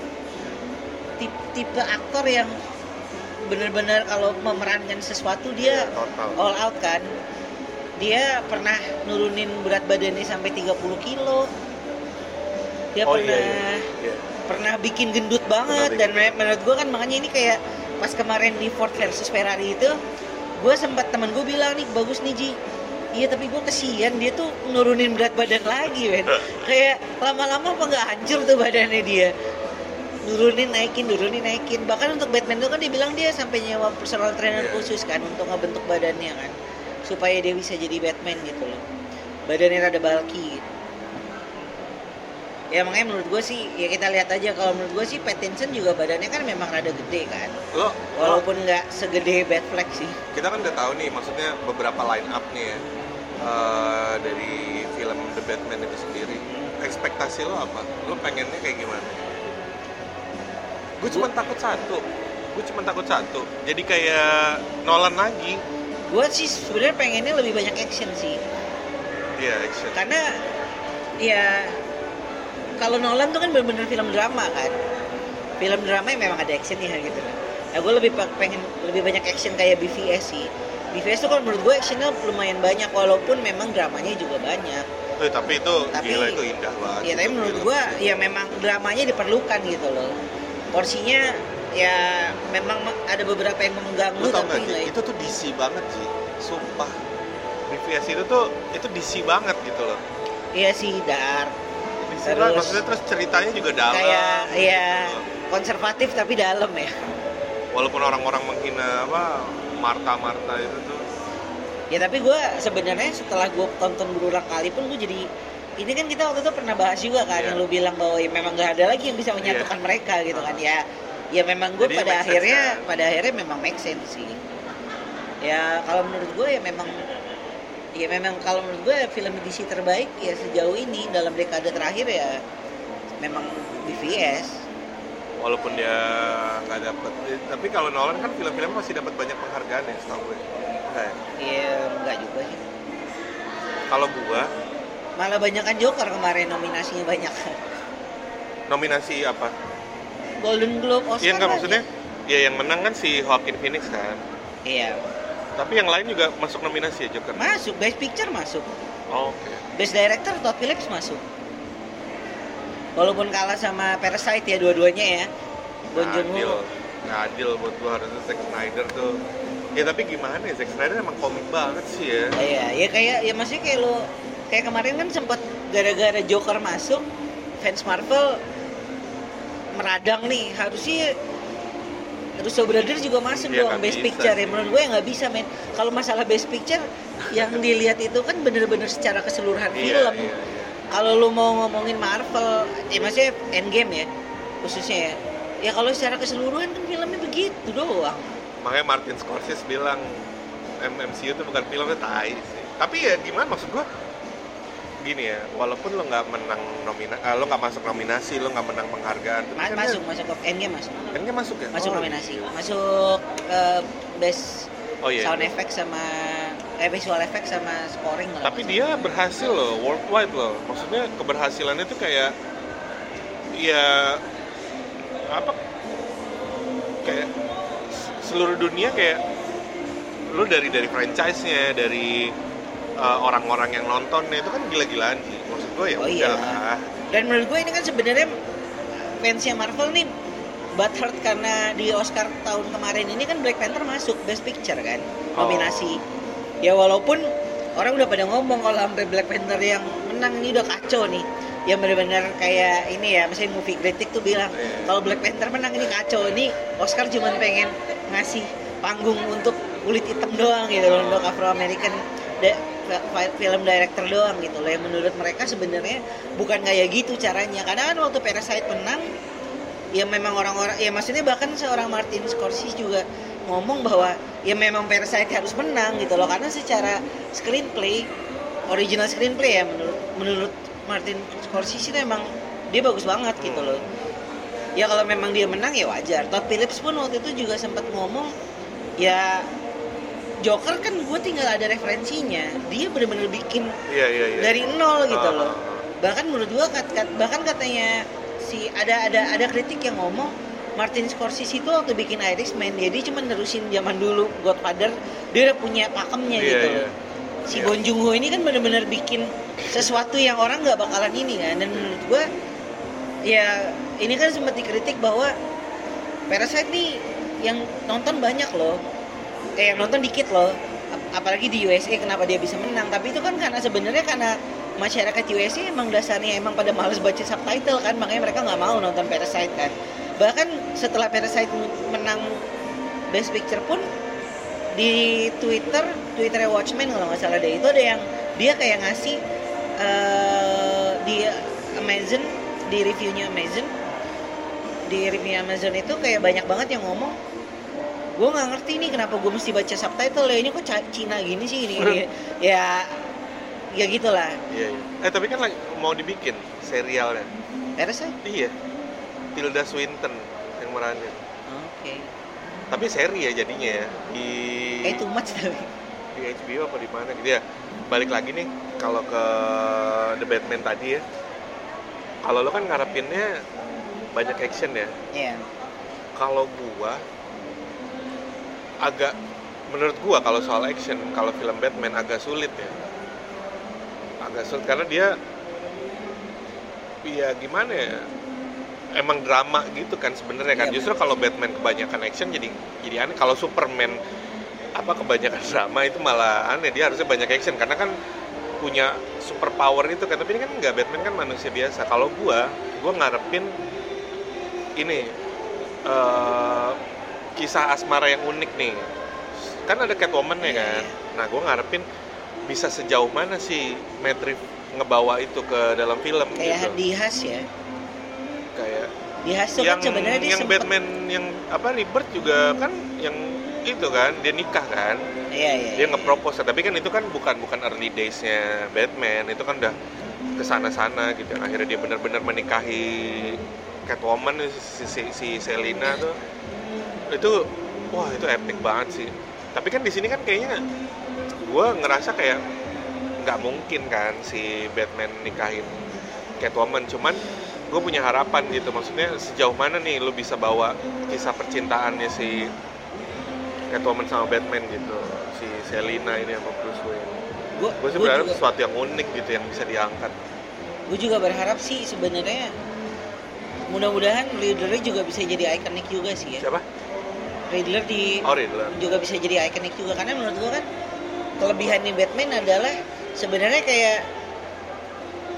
tipe aktor yang benar-benar kalau memerankan sesuatu dia Total. all out kan. Dia pernah nurunin berat badannya sampai 30 kilo. Dia Iya. pernah bikin gendut banget. Pernah Dan menurut gue kan makanya ini kayak pas kemarin di Ford versus Ferrari itu, gue sempat temen gue bilang nih bagus nih Ji. Iya tapi gue kesian dia tuh nurunin berat badan lagi men. Kayak lama-lama apa nggak hancur tuh badannya dia. Nurunin naikin. Bahkan untuk Batman itu kan dia bilang dia sampai nyewa personal trainer Iya. khusus kan untuk ngebentuk badannya kan, supaya dia bisa jadi Batman gitu loh. Badannya rada bulky gitu. Ya makanya menurut gue sih ya kita lihat aja. Kalau menurut gue sih Pattinson juga badannya kan memang rada gede kan, Lo walaupun nggak segede Batfleck sih. kita kan udah tahu nih, maksudnya beberapa line up nih ya dari film The Batman itu sendiri. Ekspektasi lo apa? Lo pengennya kayak gimana? Gue cuma takut satu. Jadi kayak Nolan lagi. Gue sih sebenarnya pengennya lebih banyak action sih, Iya, action. karena ya kalau Nolan tuh kan bener-bener film drama kan. Film drama yang memang ada actionnya gitu kan. Nah gue pengen lebih banyak action kayak BVS sih. BVS tuh kalau menurut gue actionnya lumayan banyak, walaupun memang dramanya juga banyak. Tapi itu gila, itu indah banget. Ya tapi itu menurut film. gue ya memang dramanya diperlukan gitu loh. Porsinya ya memang ada beberapa yang mengganggu Lu tau tapi gak, Ji? nggak Itu tuh DC banget sih. Sumpah. BVS itu DC banget gitu loh. iya sih dark. DC Terus banget. Maksudnya terus ceritanya juga dalam. kayak ya gitu. konservatif tapi dalam ya. Walaupun orang-orang menghina Marta itu tuh. Ya tapi gue sebenarnya setelah gue tonton berulang kali pun gue jadi, ini kan kita waktu itu pernah bahas juga kan, Iya. yang lu bilang bahwa ya memang gak ada lagi yang bisa menyatukan mereka gitu kan ya. Ya memang gue Jadi pada make sense, akhirnya memang make sense sih. Ya kalau menurut gue ya memang kalau menurut gue film DC terbaik ya sejauh ini dalam dekade terakhir ya memang BVS. Walaupun dia nggak dapet, tapi kalau Nolan kan film-filmnya masih dapat banyak penghargaan ya, setahu gue. Enggak ya? Iya enggak juga sih. Kalau gua Malah banyak kan Joker kemarin nominasinya banyak. nominasi apa? Golden Globe, Oscar. Iya nggak, banyak. maksudnya ya yang menang kan si Joaquin Phoenix kan. Iya. Tapi yang lain juga masuk nominasi ya, Joker. Masuk, Best Picture masuk. Oh, oke. Best Director Todd Phillips masuk. Walaupun kalah sama Parasite ya dua-duanya ya. Bong Nggak adil, Joon-ho. nggak adil buat gua, harusnya Zack Snyder tuh. Ya tapi gimana ya, Zack Snyder emang komik banget sih ya. Iya, ya kayak ya maksudnya kayak lo kayak kemarin kan sempat gara-gara Joker masuk, fans Marvel meradang nih, harusnya Russo Brothers juga masuk Iya, dong nggak Best bisa Picture sih. ya. Menurut gue ya nggak bisa men. Kalau masalah Best Picture yang dilihat itu kan bener-bener secara keseluruhan film. Iya. Kalau lu mau ngomongin Marvel, maksudnya Endgame ya khususnya ya. Ya kalau secara keseluruhan kan filmnya begitu doang. Makanya Martin Scorsese bilang MCU itu bukan filmnya tai sih. Tapi ya gimana maksud gua? Gini ya, walaupun lo nggak menang lo nggak masuk nominasi, lo nggak menang penghargaan, tapi kan Masuk ke Endgame masuk. Endgame masuk ya? Masuk nominasi. Masuk best Iya. sound effect sama visual effect sama scoring kalau Tapi nggak dia salah. berhasil loh, worldwide loh. Maksudnya keberhasilannya tuh kayak ya apa? Kayak seluruh dunia kayak lu dari franchise-nya, dari orang-orang yang nontonnya itu kan gila-gilaan sih. Maksud gue ya Oh iya. udahlah. Dan menurut gue ini kan sebenarnya fansnya Marvel nih butthurt karena di Oscar tahun kemarin ini kan Black Panther masuk Best Picture kan, nominasi. Ya walaupun orang udah pada ngomong kalau sampai Black Panther yang menang ini udah kacau nih. Yang benar-benar kayak ini ya, misalnya movie kritik tuh bilang kalau Black Panther menang ini kacau, ini Oscar cuma pengen ngasih panggung untuk kulit hitam doang gitu loh, untuk Afro American film director doang gitu loh. Yang menurut mereka sebenarnya bukan kayak gitu caranya. Karena kan waktu Parasite menang, ya memang orang-orang, ya maksudnya bahkan seorang Martin Scorsese juga ngomong bahwa ya memang Parasite harus menang gitu loh, karena secara screenplay, original screenplay ya menurut Martin Scorsese itu emang dia bagus banget gitu loh. Ya kalau memang dia menang ya wajar. Todd Phillips pun waktu itu juga sempat ngomong ya Joker kan gue tinggal ada referensinya, dia benar-benar bikin Iya. dari nol gitu loh. Bahkan menurut gue bahkan katanya ada kritik yang ngomong Martin Scorsese itu waktu bikin Irishman dia cuma nerusin zaman dulu Godfather, dia udah punya pakemnya gitu loh. Si Bong Joon-ho ini kan benar-benar bikin sesuatu yang orang nggak bakalan ini kan. Dan menurut gue ya ini kan sempat dikritik bahwa Parasite nih yang nonton banyak loh, yang nonton dikit loh, apalagi di USA kenapa dia bisa menang. Tapi itu kan karena sebenarnya karena masyarakat USA emang dasarnya emang pada males baca subtitle kan, makanya mereka nggak mau nonton Parasite kan. Bahkan setelah Parasite menang Best Picture pun di Twitternya Watchmen kalau nggak salah deh, itu ada yang dia kayak ngasih di Amazon, di reviewnya Amazon itu kayak banyak banget yang ngomong, gue nggak ngerti nih kenapa gue mesti baca subtitle ya, ini kok Cina gini sih ini. ya gitulah. Iya. Tapi kan lagi mau dibikin serialnya. Parasite? Iya. Tilda Swinton yang meranin. Oke. Tapi seri ya jadinya ya. Too much tapi. Di HBO apa di mana gitu ya. Balik lagi nih kalau ke The Batman tadi ya. Kalau lo kan ngarepinnya banyak action ya. Iya. Kalau gua menurut gua kalau soal action, kalau film Batman agak sulit ya. Agak sulit karena dia ya gimana ya? Emang drama gitu kan sebenarnya kan. Iya, Justru kalau Batman kebanyakan action jadi aneh. Kalau Superman kebanyakan drama itu malah aneh. Dia harusnya banyak action karena kan punya super power itu kan. Tapi ini kan enggak, Batman kan manusia biasa. Kalau gua ngarepin ini kisah asmara yang unik nih. Kan ada Catwoman ya kan. Nah, gua ngarepin bisa sejauh mana sih Matt Reeves ngebawa itu ke dalam film Kayak gitu. di Has ya. Kayak Di Has tuh kan sebenarnya dia yang sempet, Batman yang Rebirth juga kan yang itu kan dia nikah kan. Iya. Dia nge-propose, tapi kan itu kan bukan early days-nya Batman, itu kan udah kesana-sana gitu. Akhirnya dia benar-benar menikahi Catwoman si Selina tuh. Itu wah itu epic banget sih. Tapi kan di sini kan kayaknya gue ngerasa kayak nggak mungkin kan si Batman nikahin Catwoman. Cuman gue punya harapan gitu, maksudnya sejauh mana nih lu bisa bawa kisah percintaannya si Catwoman sama Batman gitu, si Selina ini sama Bruce Wayne. Gue sih berharap sesuatu yang unik gitu yang bisa diangkat. Gue juga berharap sih sebenarnya, mudah-mudahan Riddler juga bisa jadi ikonik juga sih ya. Siapa? Riddler juga bisa jadi ikonik juga, karena menurut gue kan kelebihannya Batman adalah sebenarnya kayak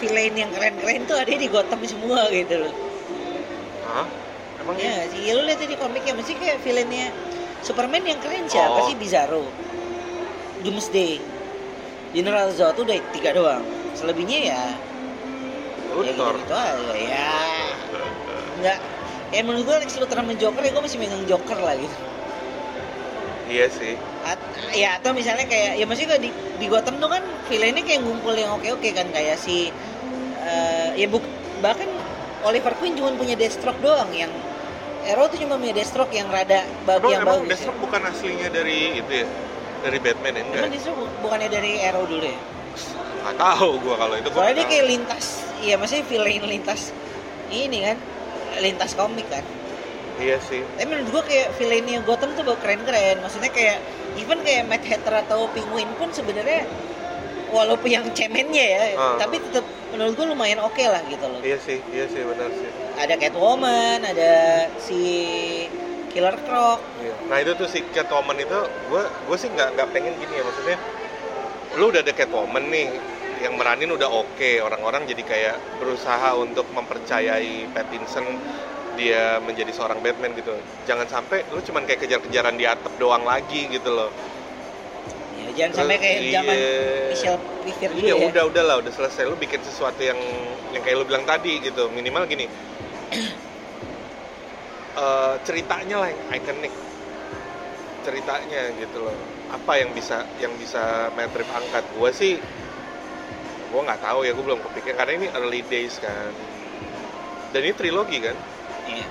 villain yang keren-keren tuh ada di Gotham semua gitu loh. Hah? Emang Ya sih, ya lu lihat di komiknya mesti kayak villainnya Superman yang keren siapa sih? Bizarro, Doomsday, General Zod tuh udah 3 doang. Selebihnya ya Luthor. gitu aja ya. Enggak. Ya menurut gue Lex Luthor sama Joker ya gue masih megang Joker lah gitu. Iya sih. Ya atau misalnya kayak ya maksudnya di Gotham tuh kan villainnya kayak ngumpul yang oke kan kayak si bahkan Oliver Queen cuma punya Deathstroke doang, yang Arrow tuh cuma punya Deathstroke yang rada yang emang bagus. Deathstroke bukan aslinya dari itu ya? Dari Batman ya? Enggak. Emang Deathstroke bukannya dari Arrow dulu ya? Nggak tahu gua kalau itu. Soalnya dia kayak lintas, iya maksudnya villain lintas ini kan, lintas komik kan. Iya sih. Tapi menurut gua kayak villainnya Gotham tuh keren-keren. Maksudnya kayak even kayak Mad Hatter atau Penguin pun sebenarnya walaupun yang cemennya ya, tapi tetap menurut gua lumayan oke lah gitu loh. Iya sih benar sih. Ada Catwoman, ada si Killer Croc. Iya. Nah itu tuh si Catwoman itu, gue sih nggak pengen gini ya, maksudnya lu udah ada Catwoman nih yang meranin udah oke, orang-orang jadi kayak berusaha untuk mempercayai Pattinson dia menjadi seorang Batman gitu. Jangan sampai lu cuman kayak kejar-kejaran di atap doang lagi gitu loh. Ya, jangan sampai kayak zaman Michelle Pfeiffer dulu ya. Udah selesai, lu bikin sesuatu yang kayak lu bilang tadi gitu. Minimal gini. Ceritanya lah yang ikonik. Ceritanya gitu loh. Apa yang bisa Matt Reeves angkat? Gue nggak tahu ya, gue belum kepikir karena ini early days kan. Dan ini trilogi kan? Iya.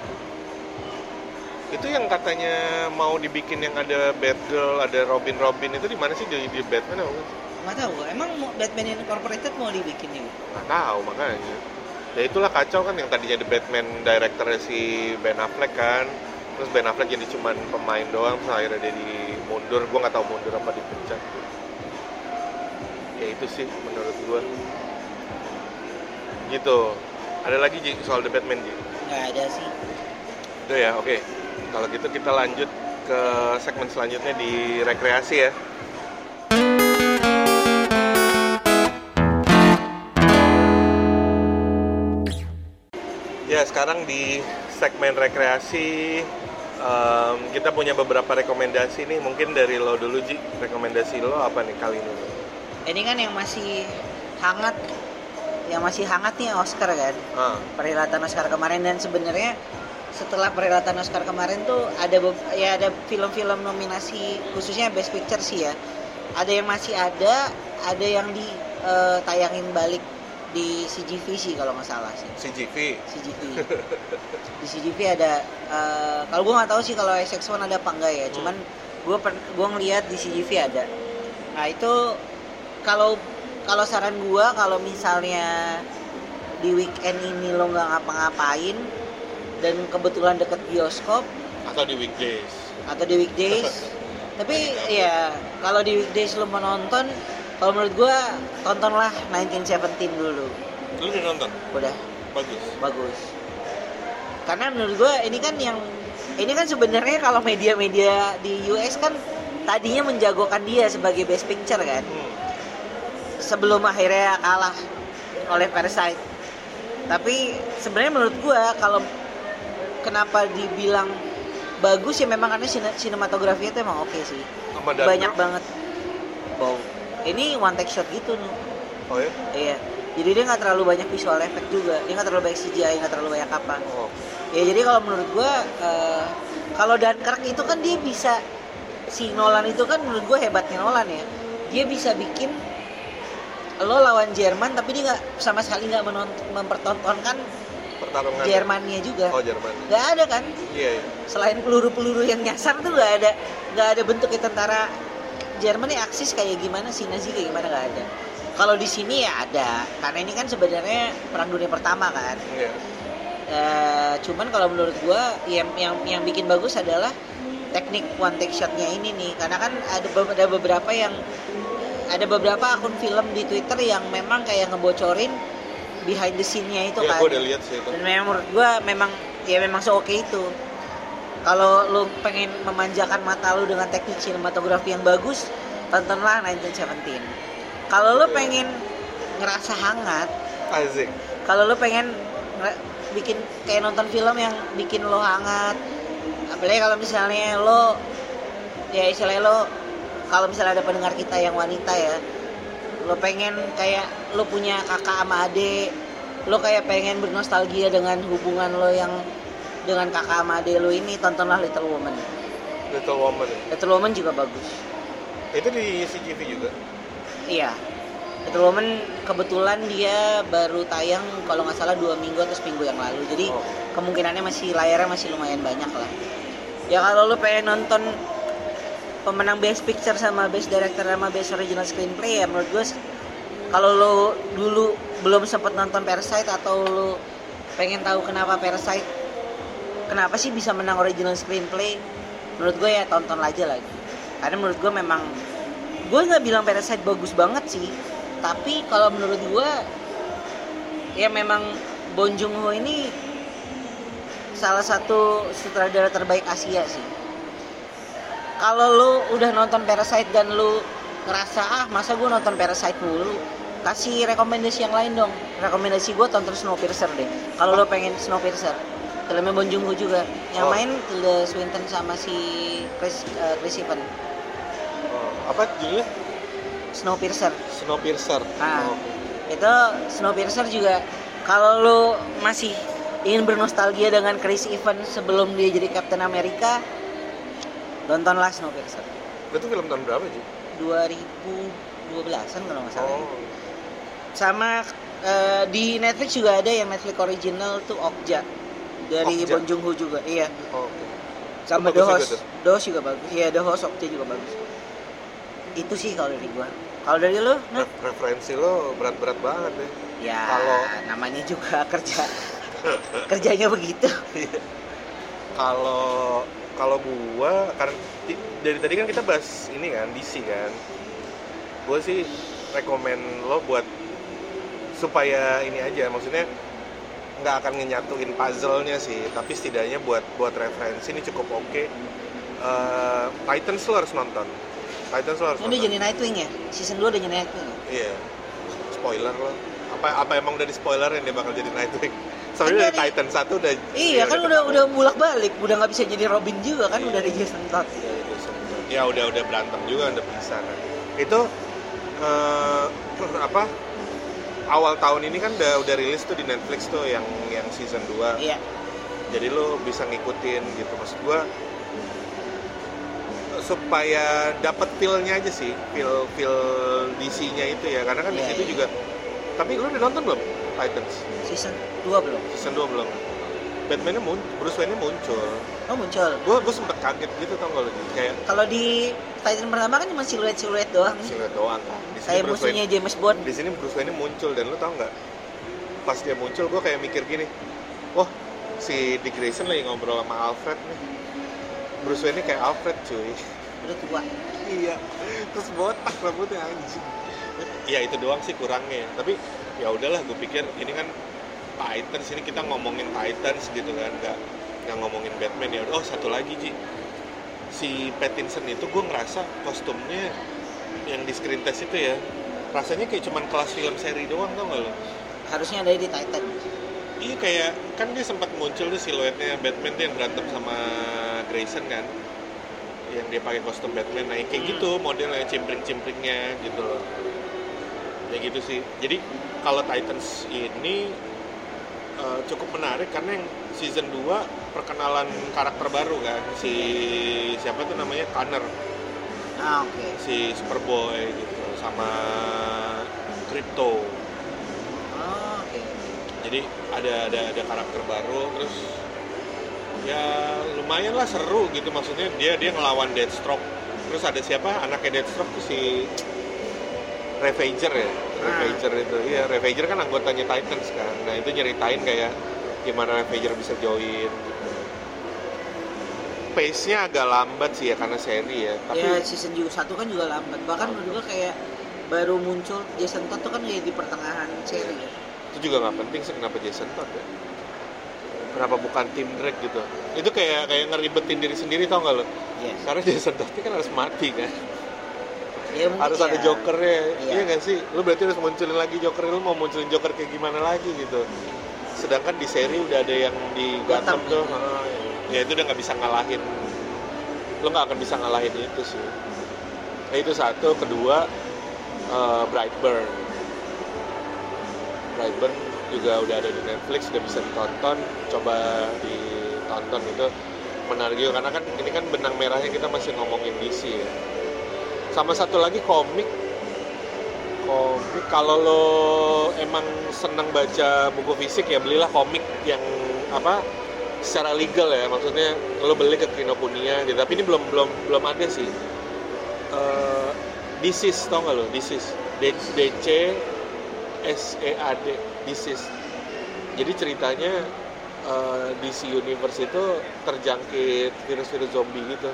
Itu yang katanya mau dibikin yang ada Batgirl, ada Robin itu di mana sih di Batman apa? Nggak tahu. Emang Batman Incorporated mau dibikin juga? Nggak tahu makanya. Ya itulah kacau kan, yang tadinya The Batman directornya si Ben Affleck kan. Terus Ben Affleck jadi cuman pemain doang, terus akhirnya dia mundur. Gue nggak tahu mundur apa dipecat. Ya itu sih menurut gue. Gitu. Ada lagi Ji soal The Batman Ji? Nggak ada sih. Udah ya, oke. Kalau gitu kita lanjut ke segmen selanjutnya di rekreasi ya. Ya, sekarang di segmen rekreasi kita punya beberapa rekomendasi nih. Mungkin dari lo dulu Ji, rekomendasi lo apa nih kali ini? Ini kan yang masih hangat nih Oscar kan. Perhelatan Oscar kemarin, dan sebenarnya setelah perhelatan Oscar kemarin tuh ada film-film nominasi khususnya Best Picture sih ya. Ada yang masih ada yang ditayangin balik di CGV sih kalau nggak salah sih. CGV. Di CGV ada. Kalau gue nggak tahu sih kalau SX1 ada apa enggak ya. Cuman gue ngelihat di CGV ada. Nah itu kalau saran gue, kalau misalnya di weekend ini lo nggak ngapa-ngapain dan kebetulan deket bioskop atau di weekdays tapi ya kalau di weekdays lo mau nonton, kalau menurut gue tontonlah 1917 dulu. Lu udah nonton? Udah. Bagus karena menurut gue ini kan sebenarnya kalau media-media di US kan tadinya menjagokan dia sebagai Best Picture kan, sebelum akhirnya kalah oleh Parasite. Tapi sebenarnya menurut gue kalau kenapa dibilang bagus ya memang karena sinematografinya itu emang oke sih. Banyak banget. Wow. Ini one take shot gitu nih. Oh ya? Iya. Jadi dia nggak terlalu banyak visual effect juga. Dia nggak terlalu banyak CGI, nggak terlalu banyak apa. Oh. Ya jadi kalau menurut gue kalau Dunkirk itu kan dia bisa, si Nolan itu kan menurut gue hebatnya Nolan ya. Dia bisa bikin lo lawan Jerman tapi dia sama sekali nggak mempertontonkan pertarungan Jermannya juga. Oh, Jerman. Nggak ada kan? Iya. Selain peluru-peluru yang nyasar tuh nggak ada bentuknya tentara Jerman nih, aksis kayak gimana sih, Nazi kayak gimana, nggak ada. Kalau di sini ya ada, karena ini kan sebenarnya Perang Dunia Pertama kan. Iya. Cuman kalau menurut gua yang bikin bagus adalah teknik one take shotnya ini nih, karena kan ada beberapa akun film di Twitter yang memang kayak ngebocorin behind the scene-nya itu kan. Iya, gue udah lihat sih itu. Dan memang menurut gue memang se-oke itu. Kalau lo pengen memanjakan mata lo dengan teknik sinematografi yang bagus, tontonlah 1917. Kalau lo pengen ngerasa hangat, Asik. kalau lo pengen bikin kayak nonton film yang bikin lo hangat, apalagi kalau misalnya lo ya istilahnya lo, kalau misalnya ada pendengar kita yang wanita ya, lo pengen kayak lo punya kakak sama adik, lo kayak pengen bernostalgia dengan hubungan lo yang dengan kakak sama adik lo ini, tontonlah Little Woman. Little Woman. Little Woman juga bagus. Itu di CGV juga. Iya, Little Woman kebetulan dia baru tayang kalau nggak salah 2 minggu atau seminggu yang lalu, jadi kemungkinannya masih layarnya masih lumayan banyak lah. Ya kalau lo pengen nonton pemenang Best Picture sama Best Director sama Best Original Screenplay, ya menurut gue kalau lo dulu belum sempat nonton Parasite atau lo pengen tahu kenapa Parasite, kenapa sih bisa menang Original Screenplay, menurut gue ya tonton aja lagi. Karena menurut gue memang, gue nggak bilang Parasite bagus banget sih, tapi kalau menurut gue ya memang Bong Joon-ho ini salah satu sutradara terbaik Asia sih. Kalau lu udah nonton Parasite dan lu ngerasa masa gue nonton Parasite mulu, kasih rekomendasi yang lain dong. Rekomendasi gue tonton Snowpiercer deh. Kalau lu pengen Snowpiercer, filmnya Bong Joon-ho juga, yang main Tilda Swinton sama si Chris Evans. Apa judulnya? Snowpiercer. Snowpiercer. Nah, itu Snowpiercer juga kalau lu masih ingin bernostalgia dengan Chris Evans sebelum dia jadi Captain America, tontonlah Snowpiercer. Itu film tahun berapa sih? 2012an kalau nggak salah. Sama di Netflix juga ada yang Netflix original tuh Okja dari Bong Joon-ho juga. Iya. Sama The Host. The Host juga bagus. Iya, The Host Okja juga bagus. Itu sih kalau dari gua. Kalau dari lu, nah? Referensi lo berat-berat banget deh. Ya, namanya juga kerjanya begitu. Kalau gua, karena dari tadi kan kita bahas ini kan DC kan, gua sih rekomen lo buat supaya ini aja, maksudnya nggak akan ngenyatuin puzzle-nya sih, tapi setidaknya buat referensi ini cukup oke. Titans lo harus nonton. Udah jadi Nightwing ya? Season 2 udah jadi Nightwing ya? Iya. Spoiler lo. Apa emang udah di spoilerin dia bakal jadi Nightwing? Soalnya dari Titan 1 udah. Iya kan udah bulak-balik, udah nggak bisa jadi Robin juga kan, udah di Jason Todd. Ya udah berantem juga, udah pisah kan. Itu awal tahun ini kan udah rilis tuh di Netflix tuh yang season 2. Iya. Jadi lo bisa ngikutin gitu, maksud gua supaya dapat feel-nya aja sih, feel DC-nya itu ya, karena kan di situ juga. Tapi lu udah nonton belum Titans? Season 2 belum. Season 2 belum. Batman-nya Bruce Wayne-nya muncul. Oh, muncul. Gue sempet kaget gitu tau gak lu, kayak kalau di Titan pertama kan cuma siluet doang. Siluet doang kan. Kayak musuhnya James Bond. Di sini Bruce Wayne muncul, dan lu tau nggak? Pas dia muncul gue kayak mikir gini, wah si Dick Grayson lagi ngobrol sama Alfred nih. Bruce Wayne kayak Alfred cuy. Udah tua. Iya. Terus botak rambutnya anjing. Ya itu doang sih kurangnya. Tapi ya udahlah, gue pikir ini kan Titans, ini kita ngomongin Titans gitu kan, nggak ngomongin Batman ya. Oh satu lagi Ji, si Pattinson itu gue ngerasa kostumnya yang di screen test itu ya, rasanya kayak cuman kelas film seri doang, tau nggak lo? Harusnya ada di Titan. Iya, kayak kan dia sempat muncul tuh siluetnya Batman tuh yang berantem sama Grayson kan, yang dia pakai kostum Batman, nah kayak gitu modelnya, cimpring-cimpringnya gitu loh. Ya gitu sih. Jadi kalau Titans ini cukup menarik karena yang season 2 perkenalan karakter baru kan, si siapa tuh namanya, Connor. Oke. Si Superboy gitu sama Crypto. Oke. Jadi ada karakter baru, terus ya lumayan lah seru gitu, maksudnya dia ngelawan Deathstroke. Terus ada siapa anaknya Deathstroke tuh, si Ravager ya. Ravager itu, iya Ravager kan anggotanya Titans kan. Nah itu nyeritain kayak gimana Ravager bisa join gitu. Pace-nya agak lambat sih ya karena seri ya. Tapi ya season 1 kan juga lambat. Bahkan menurut gue kayak baru muncul Jason Todd tuh kan kayak di pertengahan seri ya. Itu juga nggak penting sih kenapa Jason Todd ya. Kenapa bukan Tim Drake gitu? Itu kayak ngeribetin diri sendiri, tau nggak lo? Yes. Karena Jason Todd kan harus mati kan. Ya, mungkin harus ada ya. jokernya. Iya. Iya nggak sih? Lu berarti harus munculin lagi joker, lu mau munculin joker kayak gimana lagi gitu. Sedangkan di seri udah ada yang di Gotham Gotham, tuh, ya. ya itu udah nggak bisa ngalahin. Lu nggak akan bisa ngalahin itu sih. Nah, itu satu. Kedua, Brightburn. Brightburn juga udah ada di Netflix, udah bisa ditonton. Coba ditonton, itu menarik juga karena kan ini kan benang merahnya kita masih ngomongin DC ya. Sama satu lagi komik kalau lo emang seneng baca buku fisik ya belilah komik yang apa secara legal ya, maksudnya lo beli ke Kinokuniya gitu. Tapi ini belum ada sih. This Is, tau nggak lo? This Is DC SEAD, This Is. Jadi ceritanya DC Universe itu terjangkit virus-virus zombie gitu.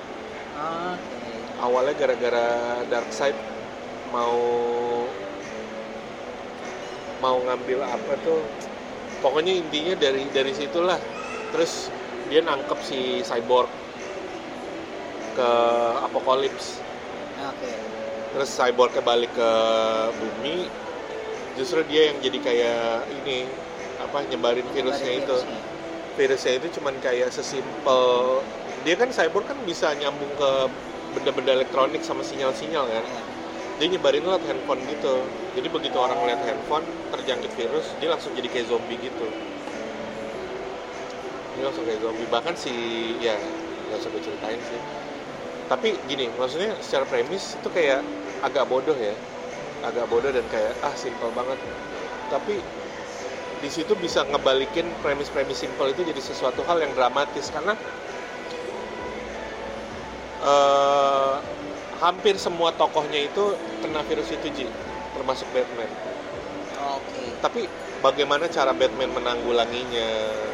Awalnya gara-gara Darkseid mau ngambil apa tuh, pokoknya intinya dari situlah. Terus dia nangkep si Cyborg ke Apokalips. Terus Cyborgnya balik ke bumi, justru dia yang jadi kayak ini apa, nyebarin virusnya itu. Virusnya itu cuman kayak sesimpel, dia kan Cyborg kan bisa nyambung ke benda-benda elektronik sama sinyal-sinyal kan. Dia nyebarin lewat handphone gitu. Jadi begitu orang lihat handphone terjangkit virus, dia langsung jadi kayak zombie gitu. Dia langsung kayak zombie. Bahkan ya nggak usah gue ceritain sih. Tapi gini, maksudnya secara premis itu kayak agak bodoh ya. Agak bodoh dan kayak simpel banget. Tapi di situ bisa ngebalikin premis-premis simpel itu jadi sesuatu hal yang dramatis karena hampir semua tokohnya itu kena virus itu, Ji, termasuk Batman. Tapi bagaimana cara Batman menanggulanginya,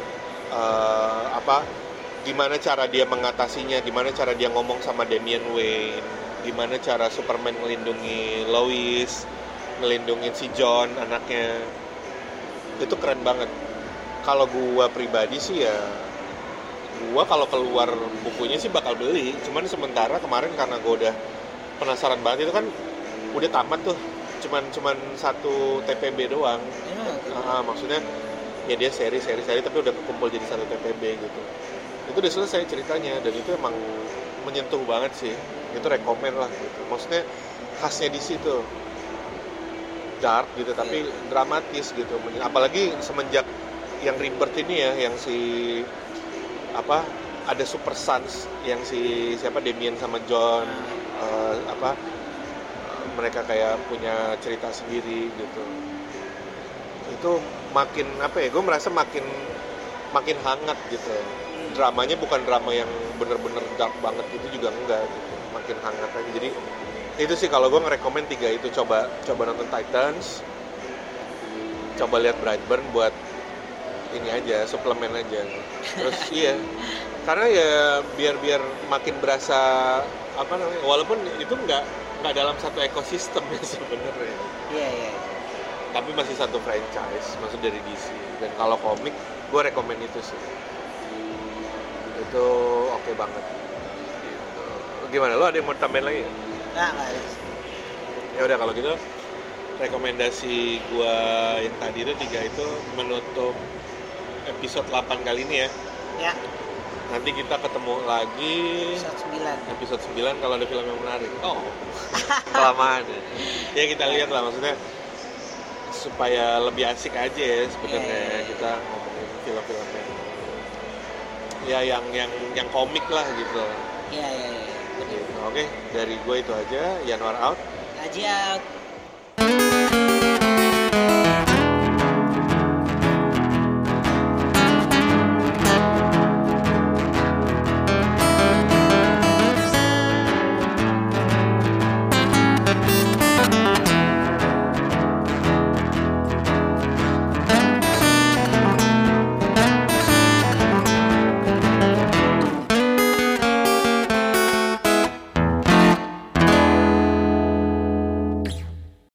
gimana cara dia mengatasinya, gimana cara dia ngomong sama Damian Wayne, gimana cara Superman melindungi Lois, melindungi si John anaknya, itu keren banget. Kalau gua pribadi sih ya, gua kalau keluar bukunya sih bakal beli. Cuman sementara kemarin karena gua udah penasaran banget, itu kan udah tamat tuh, cuman satu TPB doang. Maksudnya ya dia seri tapi udah kekumpul jadi satu TPB gitu. Itu udah selesai ceritanya dan itu emang menyentuh banget sih. Itu rekomen lah gitu. Maksudnya khasnya di situ, dark gitu tapi dramatis gitu. Apalagi semenjak yang Rebirth ini ya, yang si ada Super Sons yang si siapa, Damian sama John, mereka kayak punya cerita sendiri gitu. Itu makin gue merasa makin hangat gitu. Dramanya bukan drama yang bener-bener dark banget gitu juga enggak gitu. Makin hangat aja. Jadi itu sih kalau gue ngerekomen 3 itu. Coba nonton Titans, coba lihat Brightburn buat ini aja, suplemen aja. Terus iya, karena ya biar makin berasa walaupun itu nggak dalam satu ekosistem ya sebenarnya. Iya. Tapi masih satu franchise, maksud dari DC. Dan kalau komik, gue rekomen itu sih. Itu oke banget. Gitu. Gimana, lo ada yang mau tambahin lagi? Nggak ada. Ya udah kalau gitu, rekomendasi gue yang tadi itu 3 itu menutup episode 8 kali ini ya. Ya. Nanti kita ketemu lagi episode 9 kalau ada film yang menarik. Kelamaan ya. Ya kita lihat lah, maksudnya supaya lebih asik aja ya sebenarnya. Kita ngomongin film-film yang komik lah gitu. Iya. Oke, dari gue itu aja. Yanwar out. Aji out.